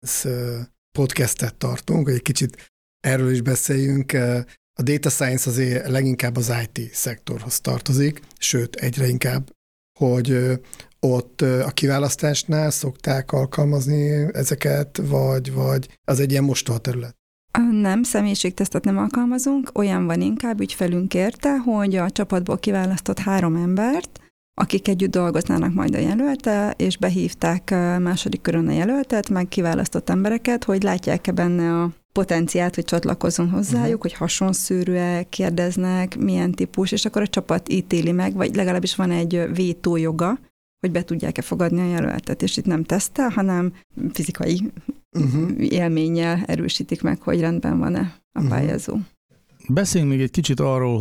podcastet tartunk, hogy egy kicsit erről is beszéljünk. A Data Science azért leginkább az IT szektorhoz tartozik, sőt, egyre inkább, hogy ott a kiválasztásnál szokták alkalmazni ezeket, vagy az egy ilyen mostoha terület? Nem, személyiségtesztet nem alkalmazunk, olyan van inkább ügyfelünk érte, hogy a csapatból kiválasztott 3 embert, akik együtt dolgoznának majd a jelölttel, és behívták második körön a jelöltet, meg kiválasztott embereket, hogy látják-e benne a potenciált, hogy csatlakozzon hozzájuk, hogy hasonszűrű-e, kérdeznek, milyen típus, és akkor a csapat ítéli meg, vagy legalábbis van egy vétójoga, hogy be tudják-e fogadni a jelöltet, és itt nem tesztel, hanem fizikai élménnyel erősítik meg, hogy rendben van-e a pályázó. Beszéljünk még egy kicsit arról,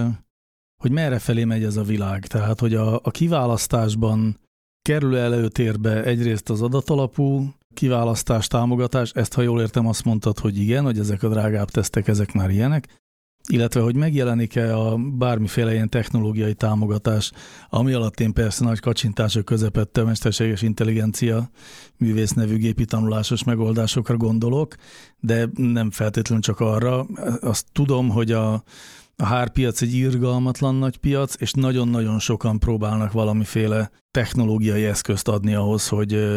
hogy merre felé megy ez a világ. Tehát, hogy a kiválasztásban kerül előtérbe egyrészt az adatalapú kiválasztás, támogatás, ezt ha jól értem, azt mondtad, hogy igen, hogy ezek a drágább tesztek, ezek már ilyenek, illetve, hogy megjelenik-e a bármiféle ilyen technológiai támogatás, ami alatt én persze nagy kacsintások közepette mesterséges intelligencia művész nevű gépi tanulásos megoldásokra gondolok, de nem feltétlenül csak arra. Azt tudom, hogy a HR-piac egy irgalmatlan nagy piac, és nagyon-nagyon sokan próbálnak valamiféle technológiai eszközt adni ahhoz,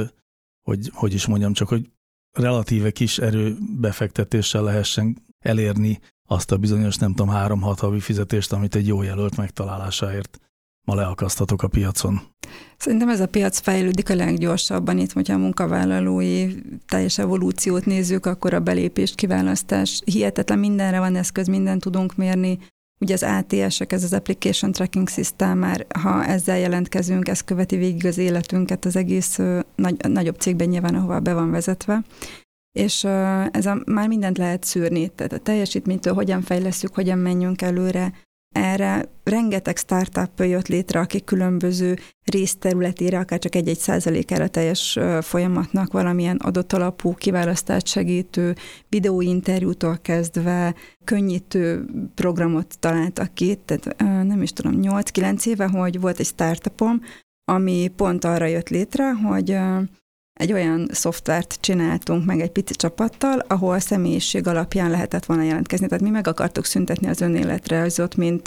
hogy is mondjam, csak hogy relatíve kis erőbefektetéssel lehessen elérni azt a bizonyos, nem tudom, 3-6 havi fizetést, amit egy jó jelölt megtalálásáért ma leakasztatok a piacon. Szerintem ez a piac fejlődik a leggyorsabban itt, hogyha a munkavállalói teljes evolúciót nézzük, akkor a belépés, kiválasztás, hihetetlen mindenre van eszköz, mindent tudunk mérni. Ugye az ATS-ek, ez az Application Tracking System, már ha ezzel jelentkezünk, ez követi végig az életünket az egész nagyobb cégben nyilván, ahova be van vezetve. És már mindent lehet szűrni, tehát a teljesítménytől hogyan fejlesztjük, hogyan menjünk előre. Erre rengeteg startup jött létre, akik különböző részterületére, akár csak 1-1%-ára teljes folyamatnak valamilyen adott-alapú kiválasztást segítő videóinterjútól kezdve könnyítő programot találtak ki. Tehát nem is tudom, 8-9 éve, hogy volt egy startupom, ami pont arra jött létre, hogy egy olyan szoftvert csináltunk meg egy pici csapattal, ahol személyiség alapján lehetett volna jelentkezni. Tehát mi meg akartuk szüntetni az önéletrajzot, mint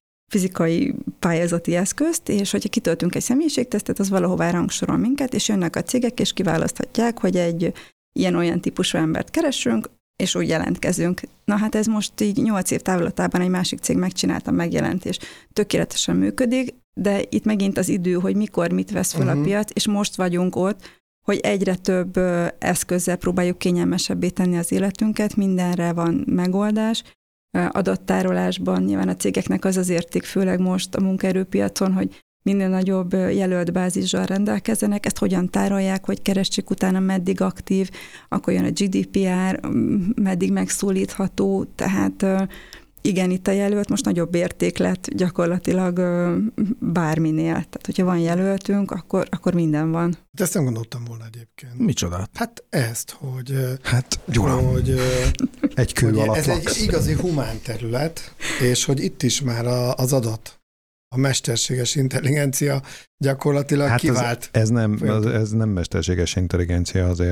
fizikai pályázati eszközt, és hogyha kitöltünk egy személyiségtesztet, az valahová rangsorol minket, és jönnek a cégek, és kiválaszthatják, hogy egy ilyen-olyan típusú embert keresünk, és úgy jelentkezünk. Na hát ez most így 8 év távlatában egy másik cég megcsinálta, megjelent, és tökéletesen működik, de itt megint az idő, hogy mikor mit vesz fel a piac, és most vagyunk ott, hogy egyre több eszközzel próbáljuk kényelmesebbé tenni az életünket, mindenre van megoldás. Adattárolásban nyilván a cégeknek az érték, főleg most a munkaerőpiacon, hogy minél nagyobb jelölt bázissal rendelkezzenek, ezt hogyan tárolják, hogy keressék utána, meddig aktív, akkor jön a GDPR, meddig megszólítható, tehát igen, itt a jelölt most nagyobb érték lett gyakorlatilag bárminél. Tehát, hogyha van jelöltünk, akkor minden van. De ezt nem gondoltam volna egyébként. Micsodát? Hát ezt, hogy... Hát, Gyula, hogy egy kő hogy alatt ez laksz. egy igazi humán terület, és hogy itt is már az adat, a mesterséges intelligencia gyakorlatilag hát kivált. ez nem mesterséges intelligencia azért.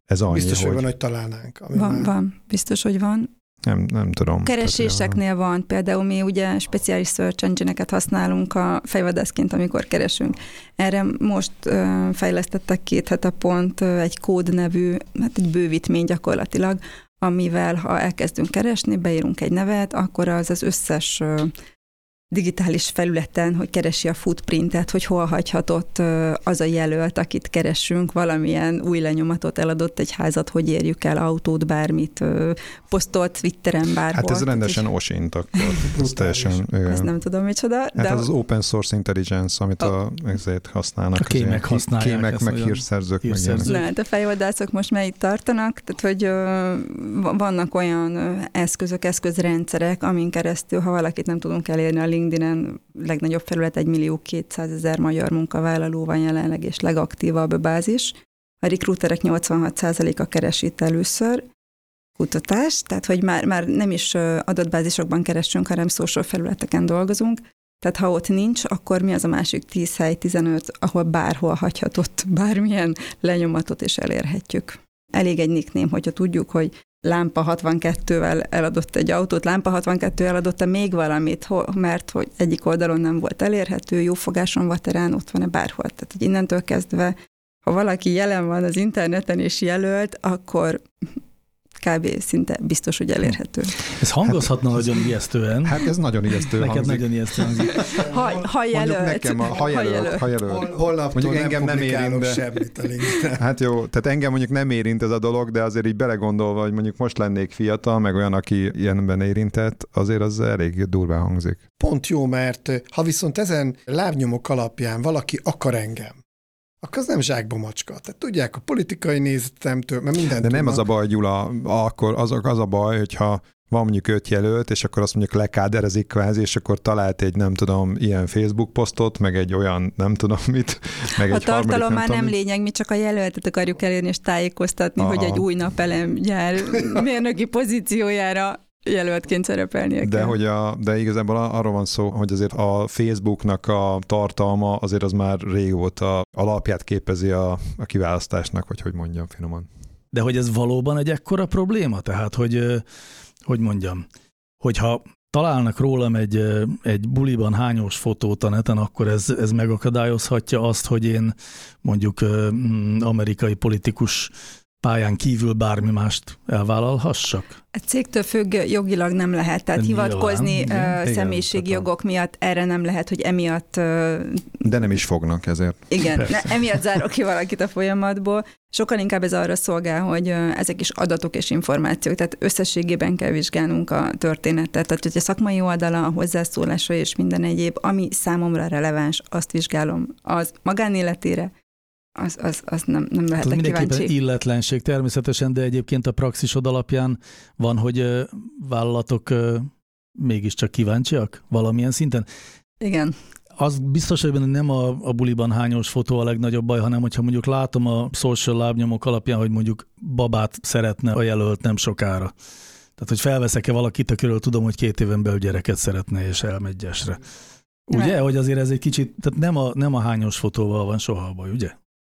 ez annyi, biztos, hogy van, hogy találnánk. Van, biztos, hogy van. Nem tudom. Kereséseknél van, például mi ugye speciális search engine-eket használunk a fejvadászként, amikor keresünk. Erre most fejlesztettek 2 hete pont egy kód nevű, hát egy bővítmény gyakorlatilag, amivel ha elkezdünk keresni, beírunk egy nevet, akkor az összes digitális felületen, hogy keresi a footprintet, hogy hol hagyhatott az a jelölt, akit keresünk, valamilyen új lenyomatot eladott egy házat, hogy érjük el, autót, bármit, posztolt Twitteren, bárhol. Hát ez rendesen osint akkor. Ez teljesen, ezt nem tudom micsoda. Hát de az open source intelligence, amit ezért használnak. A kémek használják. Kémek, meg hírszerzők. Na, hát a fejvadászok most már itt tartanak, tehát hogy vannak olyan eszközrendszerek, amin keresztül, ha valakit nem tudunk elérni a LinkedIn-en, legnagyobb felület 1.200.000 magyar munkavállaló van jelenleg, és legaktívabb bázis. A recruiterek 86%-a keresi itt először kutatás, tehát hogy már nem is adatbázisokban keresünk, hanem social felületeken dolgozunk. Tehát ha ott nincs, akkor mi az a másik 10 hely, 15, ahol bárhol hagyhatott bármilyen lenyomatot és elérhetjük. Elég egy nickname, hogyha tudjuk, hogy Lámpa 62-vel eladott egy autót, Lámpa 62 eladotta még valamit, mert hogy egyik oldalon nem volt elérhető, Jófogáson, Vaterán, ott van-e bárhol. Tehát hogy innentől kezdve, ha valaki jelen van az interneten és jelölt, akkor kb. Szinte biztos, hogy elérhető. Ez hangozhatna nagyon ijesztően. Hát ez nagyon ijesztő Neked hangzik. nagyon ijesztően hangzik. Ha jelölt. Nekem ha jelölt. Holnaptól engem nem érint, de... semmit a LinkedIn. Hát jó, tehát engem mondjuk nem érint ez a dolog, de azért így belegondolva, hogy mondjuk most lennék fiatal, meg olyan, aki ilyenben érintett, azért az elég durván hangzik. Pont jó, mert ha viszont ezen lábnyomok alapján valaki akar engem, akkor az nem zsákba macska. Tehát tudják, a politikai nézetemtől, mert mindent de nem tudnak. az a baj, Gyula, akkor az a baj, hogyha van mondjuk 5 jelölt, és akkor azt mondjuk lekáderezik kvázi, és akkor talált egy, nem tudom, ilyen Facebook posztot, meg egy olyan, nem tudom mit, meg a egy tartalom már nem mit. lényeg, mi csak a jelöltet akarjuk elérni és tájékoztatni, hogy egy új napelemgyár mérnöki pozíciójára jelöltként szerepelnie kell. De igazából arról van szó, hogy azért a Facebooknak a tartalma azért az már régóta alapját képezi a kiválasztásnak, vagy hogy mondjam finoman. De hogy ez valóban egy ekkora probléma? Tehát, hogy mondjam, hogyha találnak rólam egy buliban hányós fotót a neten, akkor ez megakadályozhatja azt, hogy én mondjuk amerikai politikus pályán kívül bármi mást elvállalhassak? A cégtől függ, jogilag nem lehet, tehát Nyilván, hivatkozni személyiségi jogok miatt erre nem lehet, hogy emiatt... De nem is fognak ezért. Igen, emiatt zárok ki valakit a folyamatból. Sokkal inkább ez arra szolgál, hogy ezek is adatok és információk, tehát összességében kell vizsgálnunk a történetet. Tehát, hogy a szakmai oldala, a hozzászólása és minden egyéb, ami számomra releváns, azt vizsgálom. Az magánéletére, az nem lehetek kíváncsi. Mindenképpen illetlenség természetesen, de egyébként a praxisod alapján van, hogy vállalatok mégiscsak kíváncsiak valamilyen szinten? Igen. Az biztos, hogy nem a buliban hányós fotó a legnagyobb baj, hanem hogyha mondjuk látom a social lábnyomok alapján, hogy mondjuk babát szeretne a jelölt nem sokára. Tehát, hogy felveszek-e valakit, akiről tudom, hogy 2 éven belül gyereket szeretne, és elmegy gyesre. Ugye? Nem. Hogy azért ez egy kicsit, tehát nem a hányos fotóval van soha a baj, ugye?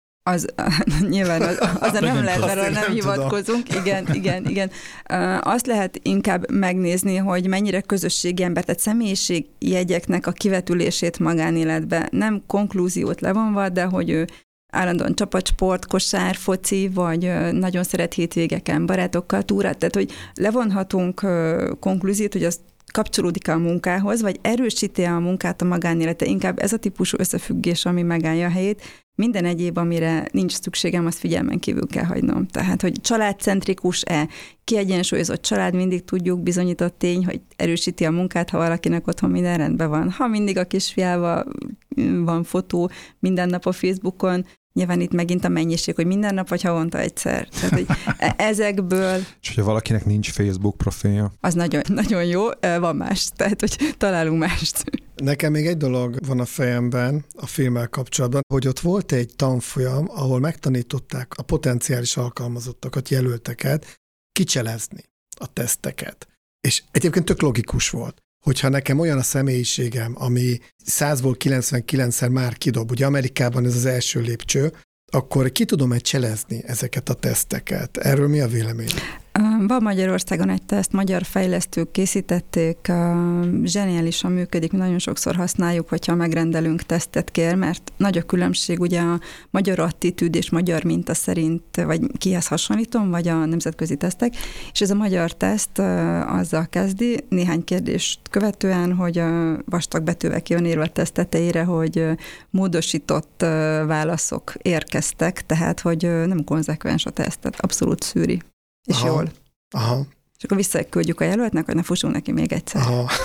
Nyilván az nem lehet, mert nem hivatkozunk. Igen. Azt lehet inkább megnézni, hogy mennyire közösségi ember, tehát személyiségjegyeknek a kivetülését magánéletbe, nem konklúziót levonva, de hogy ő állandóan csapatsport, kosár, foci, vagy nagyon szeret hétvégeken barátokkal túrát, tehát hogy levonhatunk konklúziót, hogy az kapcsolódik a munkához, vagy erősíti a munkát a magánélete. Inkább ez a típusú összefüggés, ami megállja a helyét. Minden egyéb, amire nincs szükségem, azt figyelmen kívül kell hagynom. Tehát, hogy családcentrikus-e, kiegyensúlyozott család, mindig tudjuk, bizonyított tény, hogy erősíti a munkát, ha valakinek otthon minden rendben van. Ha mindig a kisfiával van fotó minden nap a Facebookon, nyilván itt megint a mennyiség, hogy minden nap vagy havonta egyszer. Tehát, hogy ezekből... És hogyha valakinek nincs Facebook profilja? Az nagyon, nagyon jó, van más, tehát hogy találunk mást. Nekem még egy dolog van a fejemben a filmmel kapcsolatban, hogy ott volt egy tanfolyam, ahol megtanították a potenciális alkalmazottakat, jelölteket kicselezni a teszteket. És egyébként tök logikus volt, hogyha nekem olyan a személyiségem, ami 100-ból 99-szer már kidob, ugye Amerikában ez az első lépcső, akkor ki tudom-e cselezni ezeket a teszteket? Erről mi a vélemény? Van Magyarországon egy teszt, magyar fejlesztők készítették, zseniálisan működik, mi nagyon sokszor használjuk, hogyha megrendelünk tesztet kér, mert nagy a különbség ugye a magyar attitűd és magyar minta szerint, vagy kihez hasonlítom, vagy a nemzetközi tesztek, és ez a magyar teszt azzal kezdi, néhány kérdést követően, hogy vastag betűvel ki van írva a teszt tetejére, hogy módosított válaszok érkeztek, tehát hogy nem konzekvens a tesztet, abszolút szűri. És jól. Aha. És akkor visszaküldjük a jelöltnek, hogy ne fussunk neki még egyszer.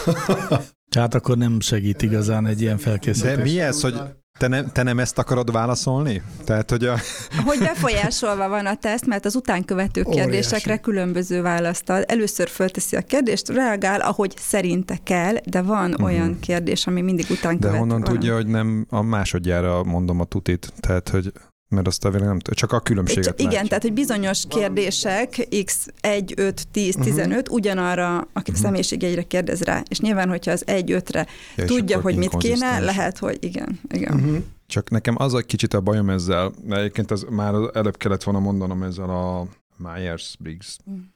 Tehát akkor nem segít igazán egy ilyen felkészítés. De mi ez, hogy te nem ezt akarod válaszolni? Tehát, hogy Hogy befolyásolva van a teszt, mert az utánkövető kérdésekre különböző választ ad. Először fölteszi a kérdést, reagál, ahogy szerinte kell, de van olyan kérdés, ami mindig utánkövető. De honnan tudja, hogy nem a másodjára mondom a tutit? Tehát, hogy mert azt nem csak a különbséget igen, látja. tehát, hogy bizonyos kérdések x 1, 5, 10, 15 ugyanarra a személyiségjegyre kérdez rá. És nyilván, hogyha az 1-5-re tudja, hogy mit kéne, lehet, hogy igen. Csak nekem az egy kicsit a bajom ezzel, mert egyébként az már előbb kellett volna mondanom ezzel a Myers-Briggs.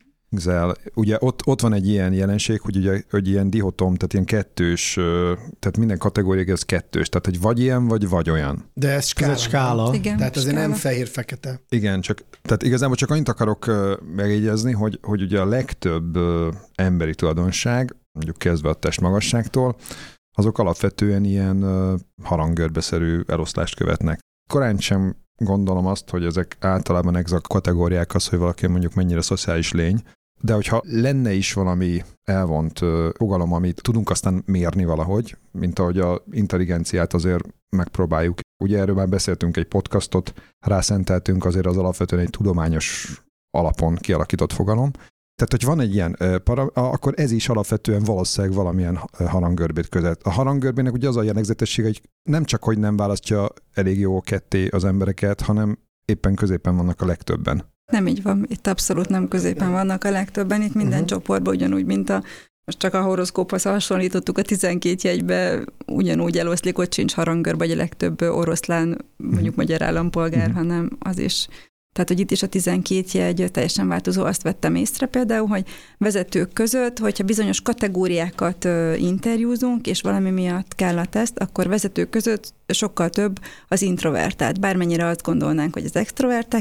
Ugye ott van egy ilyen jelenség, hogy ilyen dihotom, tehát ilyen kettős, tehát minden kategória ez kettős, tehát hogy vagy ilyen, vagy olyan. De ez skála. Igen, tehát azért nem fehér-fekete. Igen, tehát igazából csak annyit akarok megjegyezni, hogy ugye a legtöbb emberi tulajdonság, mondjuk kezdve a testmagasságtól, azok alapvetően ilyen harangörbeszerű eloszlást követnek. Korán sem gondolom azt, hogy ezek általában exakt kategóriák az, hogy valaki mondjuk mennyire szociális lény, de hogyha lenne is valami elvont fogalom, amit tudunk aztán mérni valahogy, mint ahogy a intelligenciát azért megpróbáljuk. Ugye erről már beszéltünk egy podcastot, rászenteltünk azért az alapvetően egy tudományos alapon kialakított fogalom. Tehát, hogy van egy ilyen akkor ez is alapvetően valószínűleg valamilyen haranggörbét között. A haranggörbének ugye az a jellegzetessége, hogy nem csak, hogy nem választja elég jó ketté az embereket, hanem éppen középen vannak a legtöbben. Nem így van, itt abszolút nem középen vannak a legtöbben, itt minden csoportban ugyanúgy, mint most csak a horoszkóphoz hasonlítottuk, a 12 jegybe ugyanúgy eloszlik, ott sincs haranggörbe, vagy a legtöbb oroszlán, mondjuk magyar állampolgár, hanem az is. Tehát, hogy itt is a 12 jegy teljesen változó, azt vettem észre például, hogy vezetők között, hogyha bizonyos kategóriákat interjúzunk, és valami miatt kell a teszt, akkor vezetők között sokkal több az introvertált. Bármennyire azt gondolnánk, hogy az extrovertált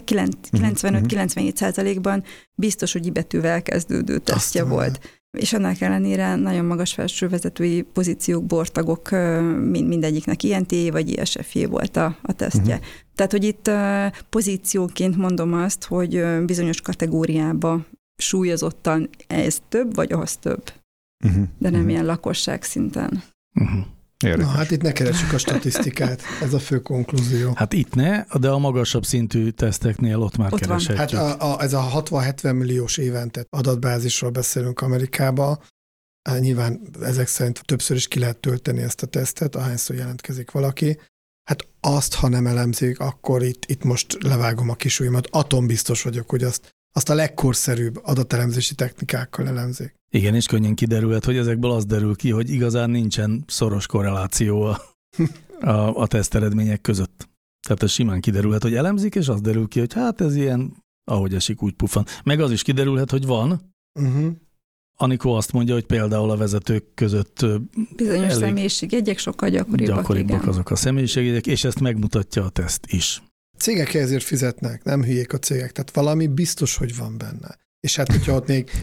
95-97%-ban biztos, hogy betűvel kezdődő tesztje volt. És annak ellenére nagyon magas felső vezetői pozíciók, bortagok, mindegyiknek INT vagy ISFJ volt a tesztje. Tehát, hogy itt pozícióként mondom azt, hogy bizonyos kategóriába súlyozottan ez több, vagy az több. De nem ilyen lakosság szinten. Na hát itt ne keressük a statisztikát, ez a fő konklúzió. Hát itt ne, de a magasabb szintű teszteknél ott már kereshetjük. Hát ez a 60-70 milliós évente adatbázisról beszélünk Amerikában. Nyilván ezek szerint többször is ki lehet tölteni ezt a tesztet, ahányszor jelentkezik valaki. Hát azt, ha nem elemzik, akkor itt most levágom a kis ujjamat. Atombiztos vagyok, hogy azt a legkorszerűbb adatelemzési technikákkal elemzik. Igen, és könnyen kiderülhet, hogy ezekből az derül ki, hogy igazán nincsen szoros korreláció a teszteredmények között. Tehát ez simán kiderülhet, hogy elemzik, és az derül ki, hogy hát ez ilyen, ahogy esik, úgy pufan. Meg az is kiderülhet, hogy van. Anikó azt mondja, hogy például a vezetők között bizonyos személyiségjegyek sokkal gyakoribbak azok a személyiségjegyek, és ezt megmutatja a teszt is. Cégek ezért fizetnek, nem hülyék a cégek, tehát valami biztos, hogy van benne. És hát, hogyha ott még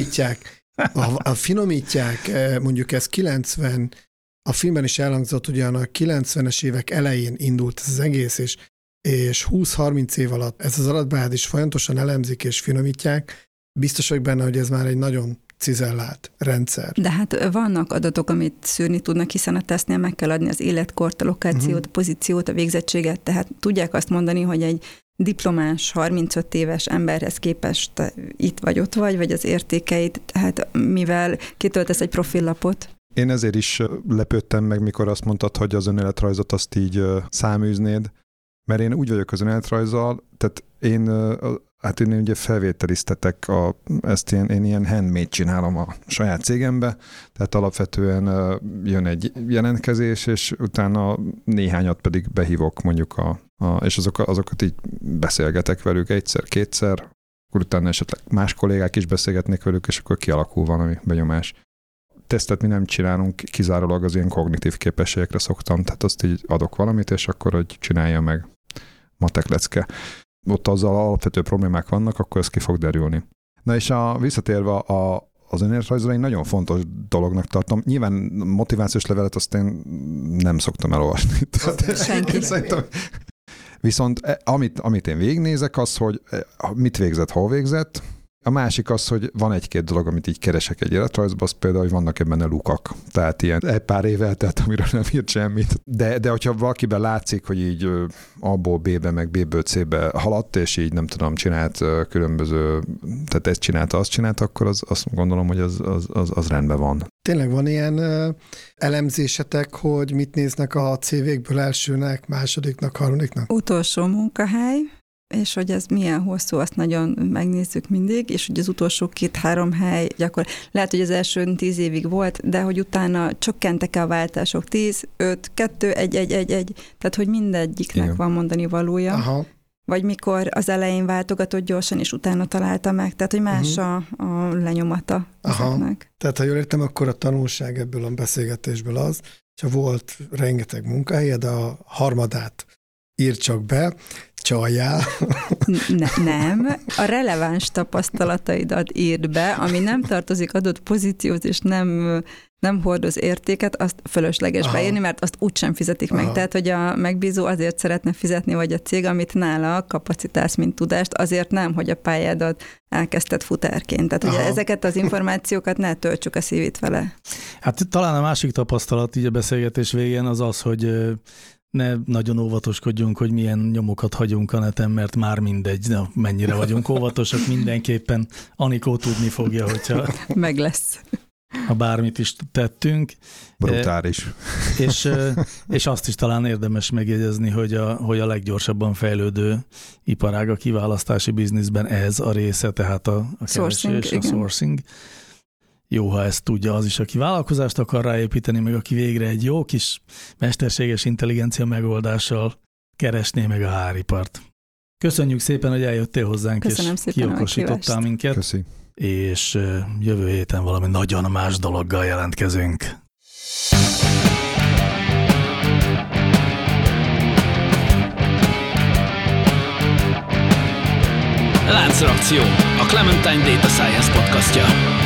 finomítják, mondjuk ez 90, a filmben is elhangzott, ugyan a 90-es évek elején indult ez az egész, és 20-30 év alatt ez az adatbázis folyamatosan elemzik és finomítják, biztos vagyok benne, hogy ez már egy nagyon cizellált rendszer. De hát vannak adatok, amit szűrni tudnak, hiszen a tesztnél meg kell adni az életkort, a lokációt, a pozíciót, a végzettséget, tehát tudják azt mondani, hogy egy diplomás, 35 éves emberhez képest itt vagy ott vagy az értékeit, tehát mivel kitöltesz egy profillapot. Én ezért is lepődtem meg, mikor azt mondtad, hogy az önéletrajzot azt így száműznéd, mert én úgy vagyok az önéletrajzzal, tehát én ugye felvételiztetek, én ilyen handmade csinálom a saját cégembe, tehát alapvetően jön egy jelentkezés, és utána néhányat pedig behívok mondjuk a és azokat így beszélgetek velük egyszer-kétszer, akkor utána esetleg más kollégák is beszélgetnek velük, és akkor kialakul valami benyomás. Tesztet mi nem csinálunk, kizárólag az ilyen kognitív képességekre szoktam, tehát azt így adok valamit, és akkor, hogy csinálja meg, matek lecke. Ott azzal alapvető problémák vannak, akkor ez ki fog derülni. Na és visszatérve az önéletrajzra én nagyon fontos dolognak tartom. Nyilván motivációs levelet azt én nem szoktam elolvasni. Senki. Viszont amit én végignézek, az, hogy mit végzett, hol végzett. A másik az, hogy van egy-két dolog, amit így keresek egy életrajzban, az például, hogy vannak ebben a lukak. Tehát ilyen egy pár év eltelt, amiről nem írt semmit. De hogyha valakiben látszik, hogy így A-ból B-be, meg B-ből C-be haladt, és így nem tudom, csinált különböző, tehát ezt csinálta, azt csinált, akkor azt gondolom, hogy az rendben van. Tényleg van ilyen elemzésetek, hogy mit néznek a CV-kből elsőnek, másodiknak, harmadiknak? Utolsó munkahely, és hogy ez milyen hosszú, azt nagyon megnézzük mindig, és hogy az utolsó 2-3 hely, akkor lehet, hogy az első 10 évig volt, de hogy utána csökkentek-e a váltások 10, 5, 2, 1, 1, 1, 1, tehát hogy mindegyiknek igen. van mondani valója. Aha. Vagy mikor az elején váltogatott gyorsan, és utána találta meg, tehát hogy más a lenyomata ezeknek. Tehát ha jól értem, akkor a tanulság ebből a beszélgetésből az, és volt rengeteg munkahely, de a harmadát ír csak be, csaljál. Nem, a releváns tapasztalataidat írd be, ami nem tartozik adott pozícióhoz, és nem hordoz értéket, azt fölösleges beírni, mert azt úgysem fizetik meg. Tehát, hogy a megbízó azért szeretne fizetni, vagy a cég, amit nála kapacitálsz, mint tudást, azért nem, hogy a pályádat elkezdted futárként. Tehát ugye ezeket az információkat ne töltsük a szívét vele. Hát talán a másik tapasztalat így a beszélgetés végén az, hogy ne nagyon óvatoskodjunk, hogy milyen nyomokat hagyunk a neten, mert már mindegy, mennyire vagyunk óvatosak, mindenképpen Anikó tudni fogja, hogyha meg lesz. Ha bármit is tettünk. Brutális. És azt is talán érdemes megjegyezni, hogy a leggyorsabban fejlődő iparág a kiválasztási bizniszben ez a része, tehát a keresés, a sourcing. Jó, ha ezt tudja az is, aki vállalkozást akar ráépíteni, meg aki végre egy jó kis mesterséges intelligencia megoldással keresné meg a HR-ipart. Köszönjük szépen, hogy eljöttél hozzánk, köszönöm és szépen kiokosítottál minket. Köszi. És jövő héten valami nagyon más dologgal jelentkezünk. Láncreakció, a Clementine Data Science podcastja.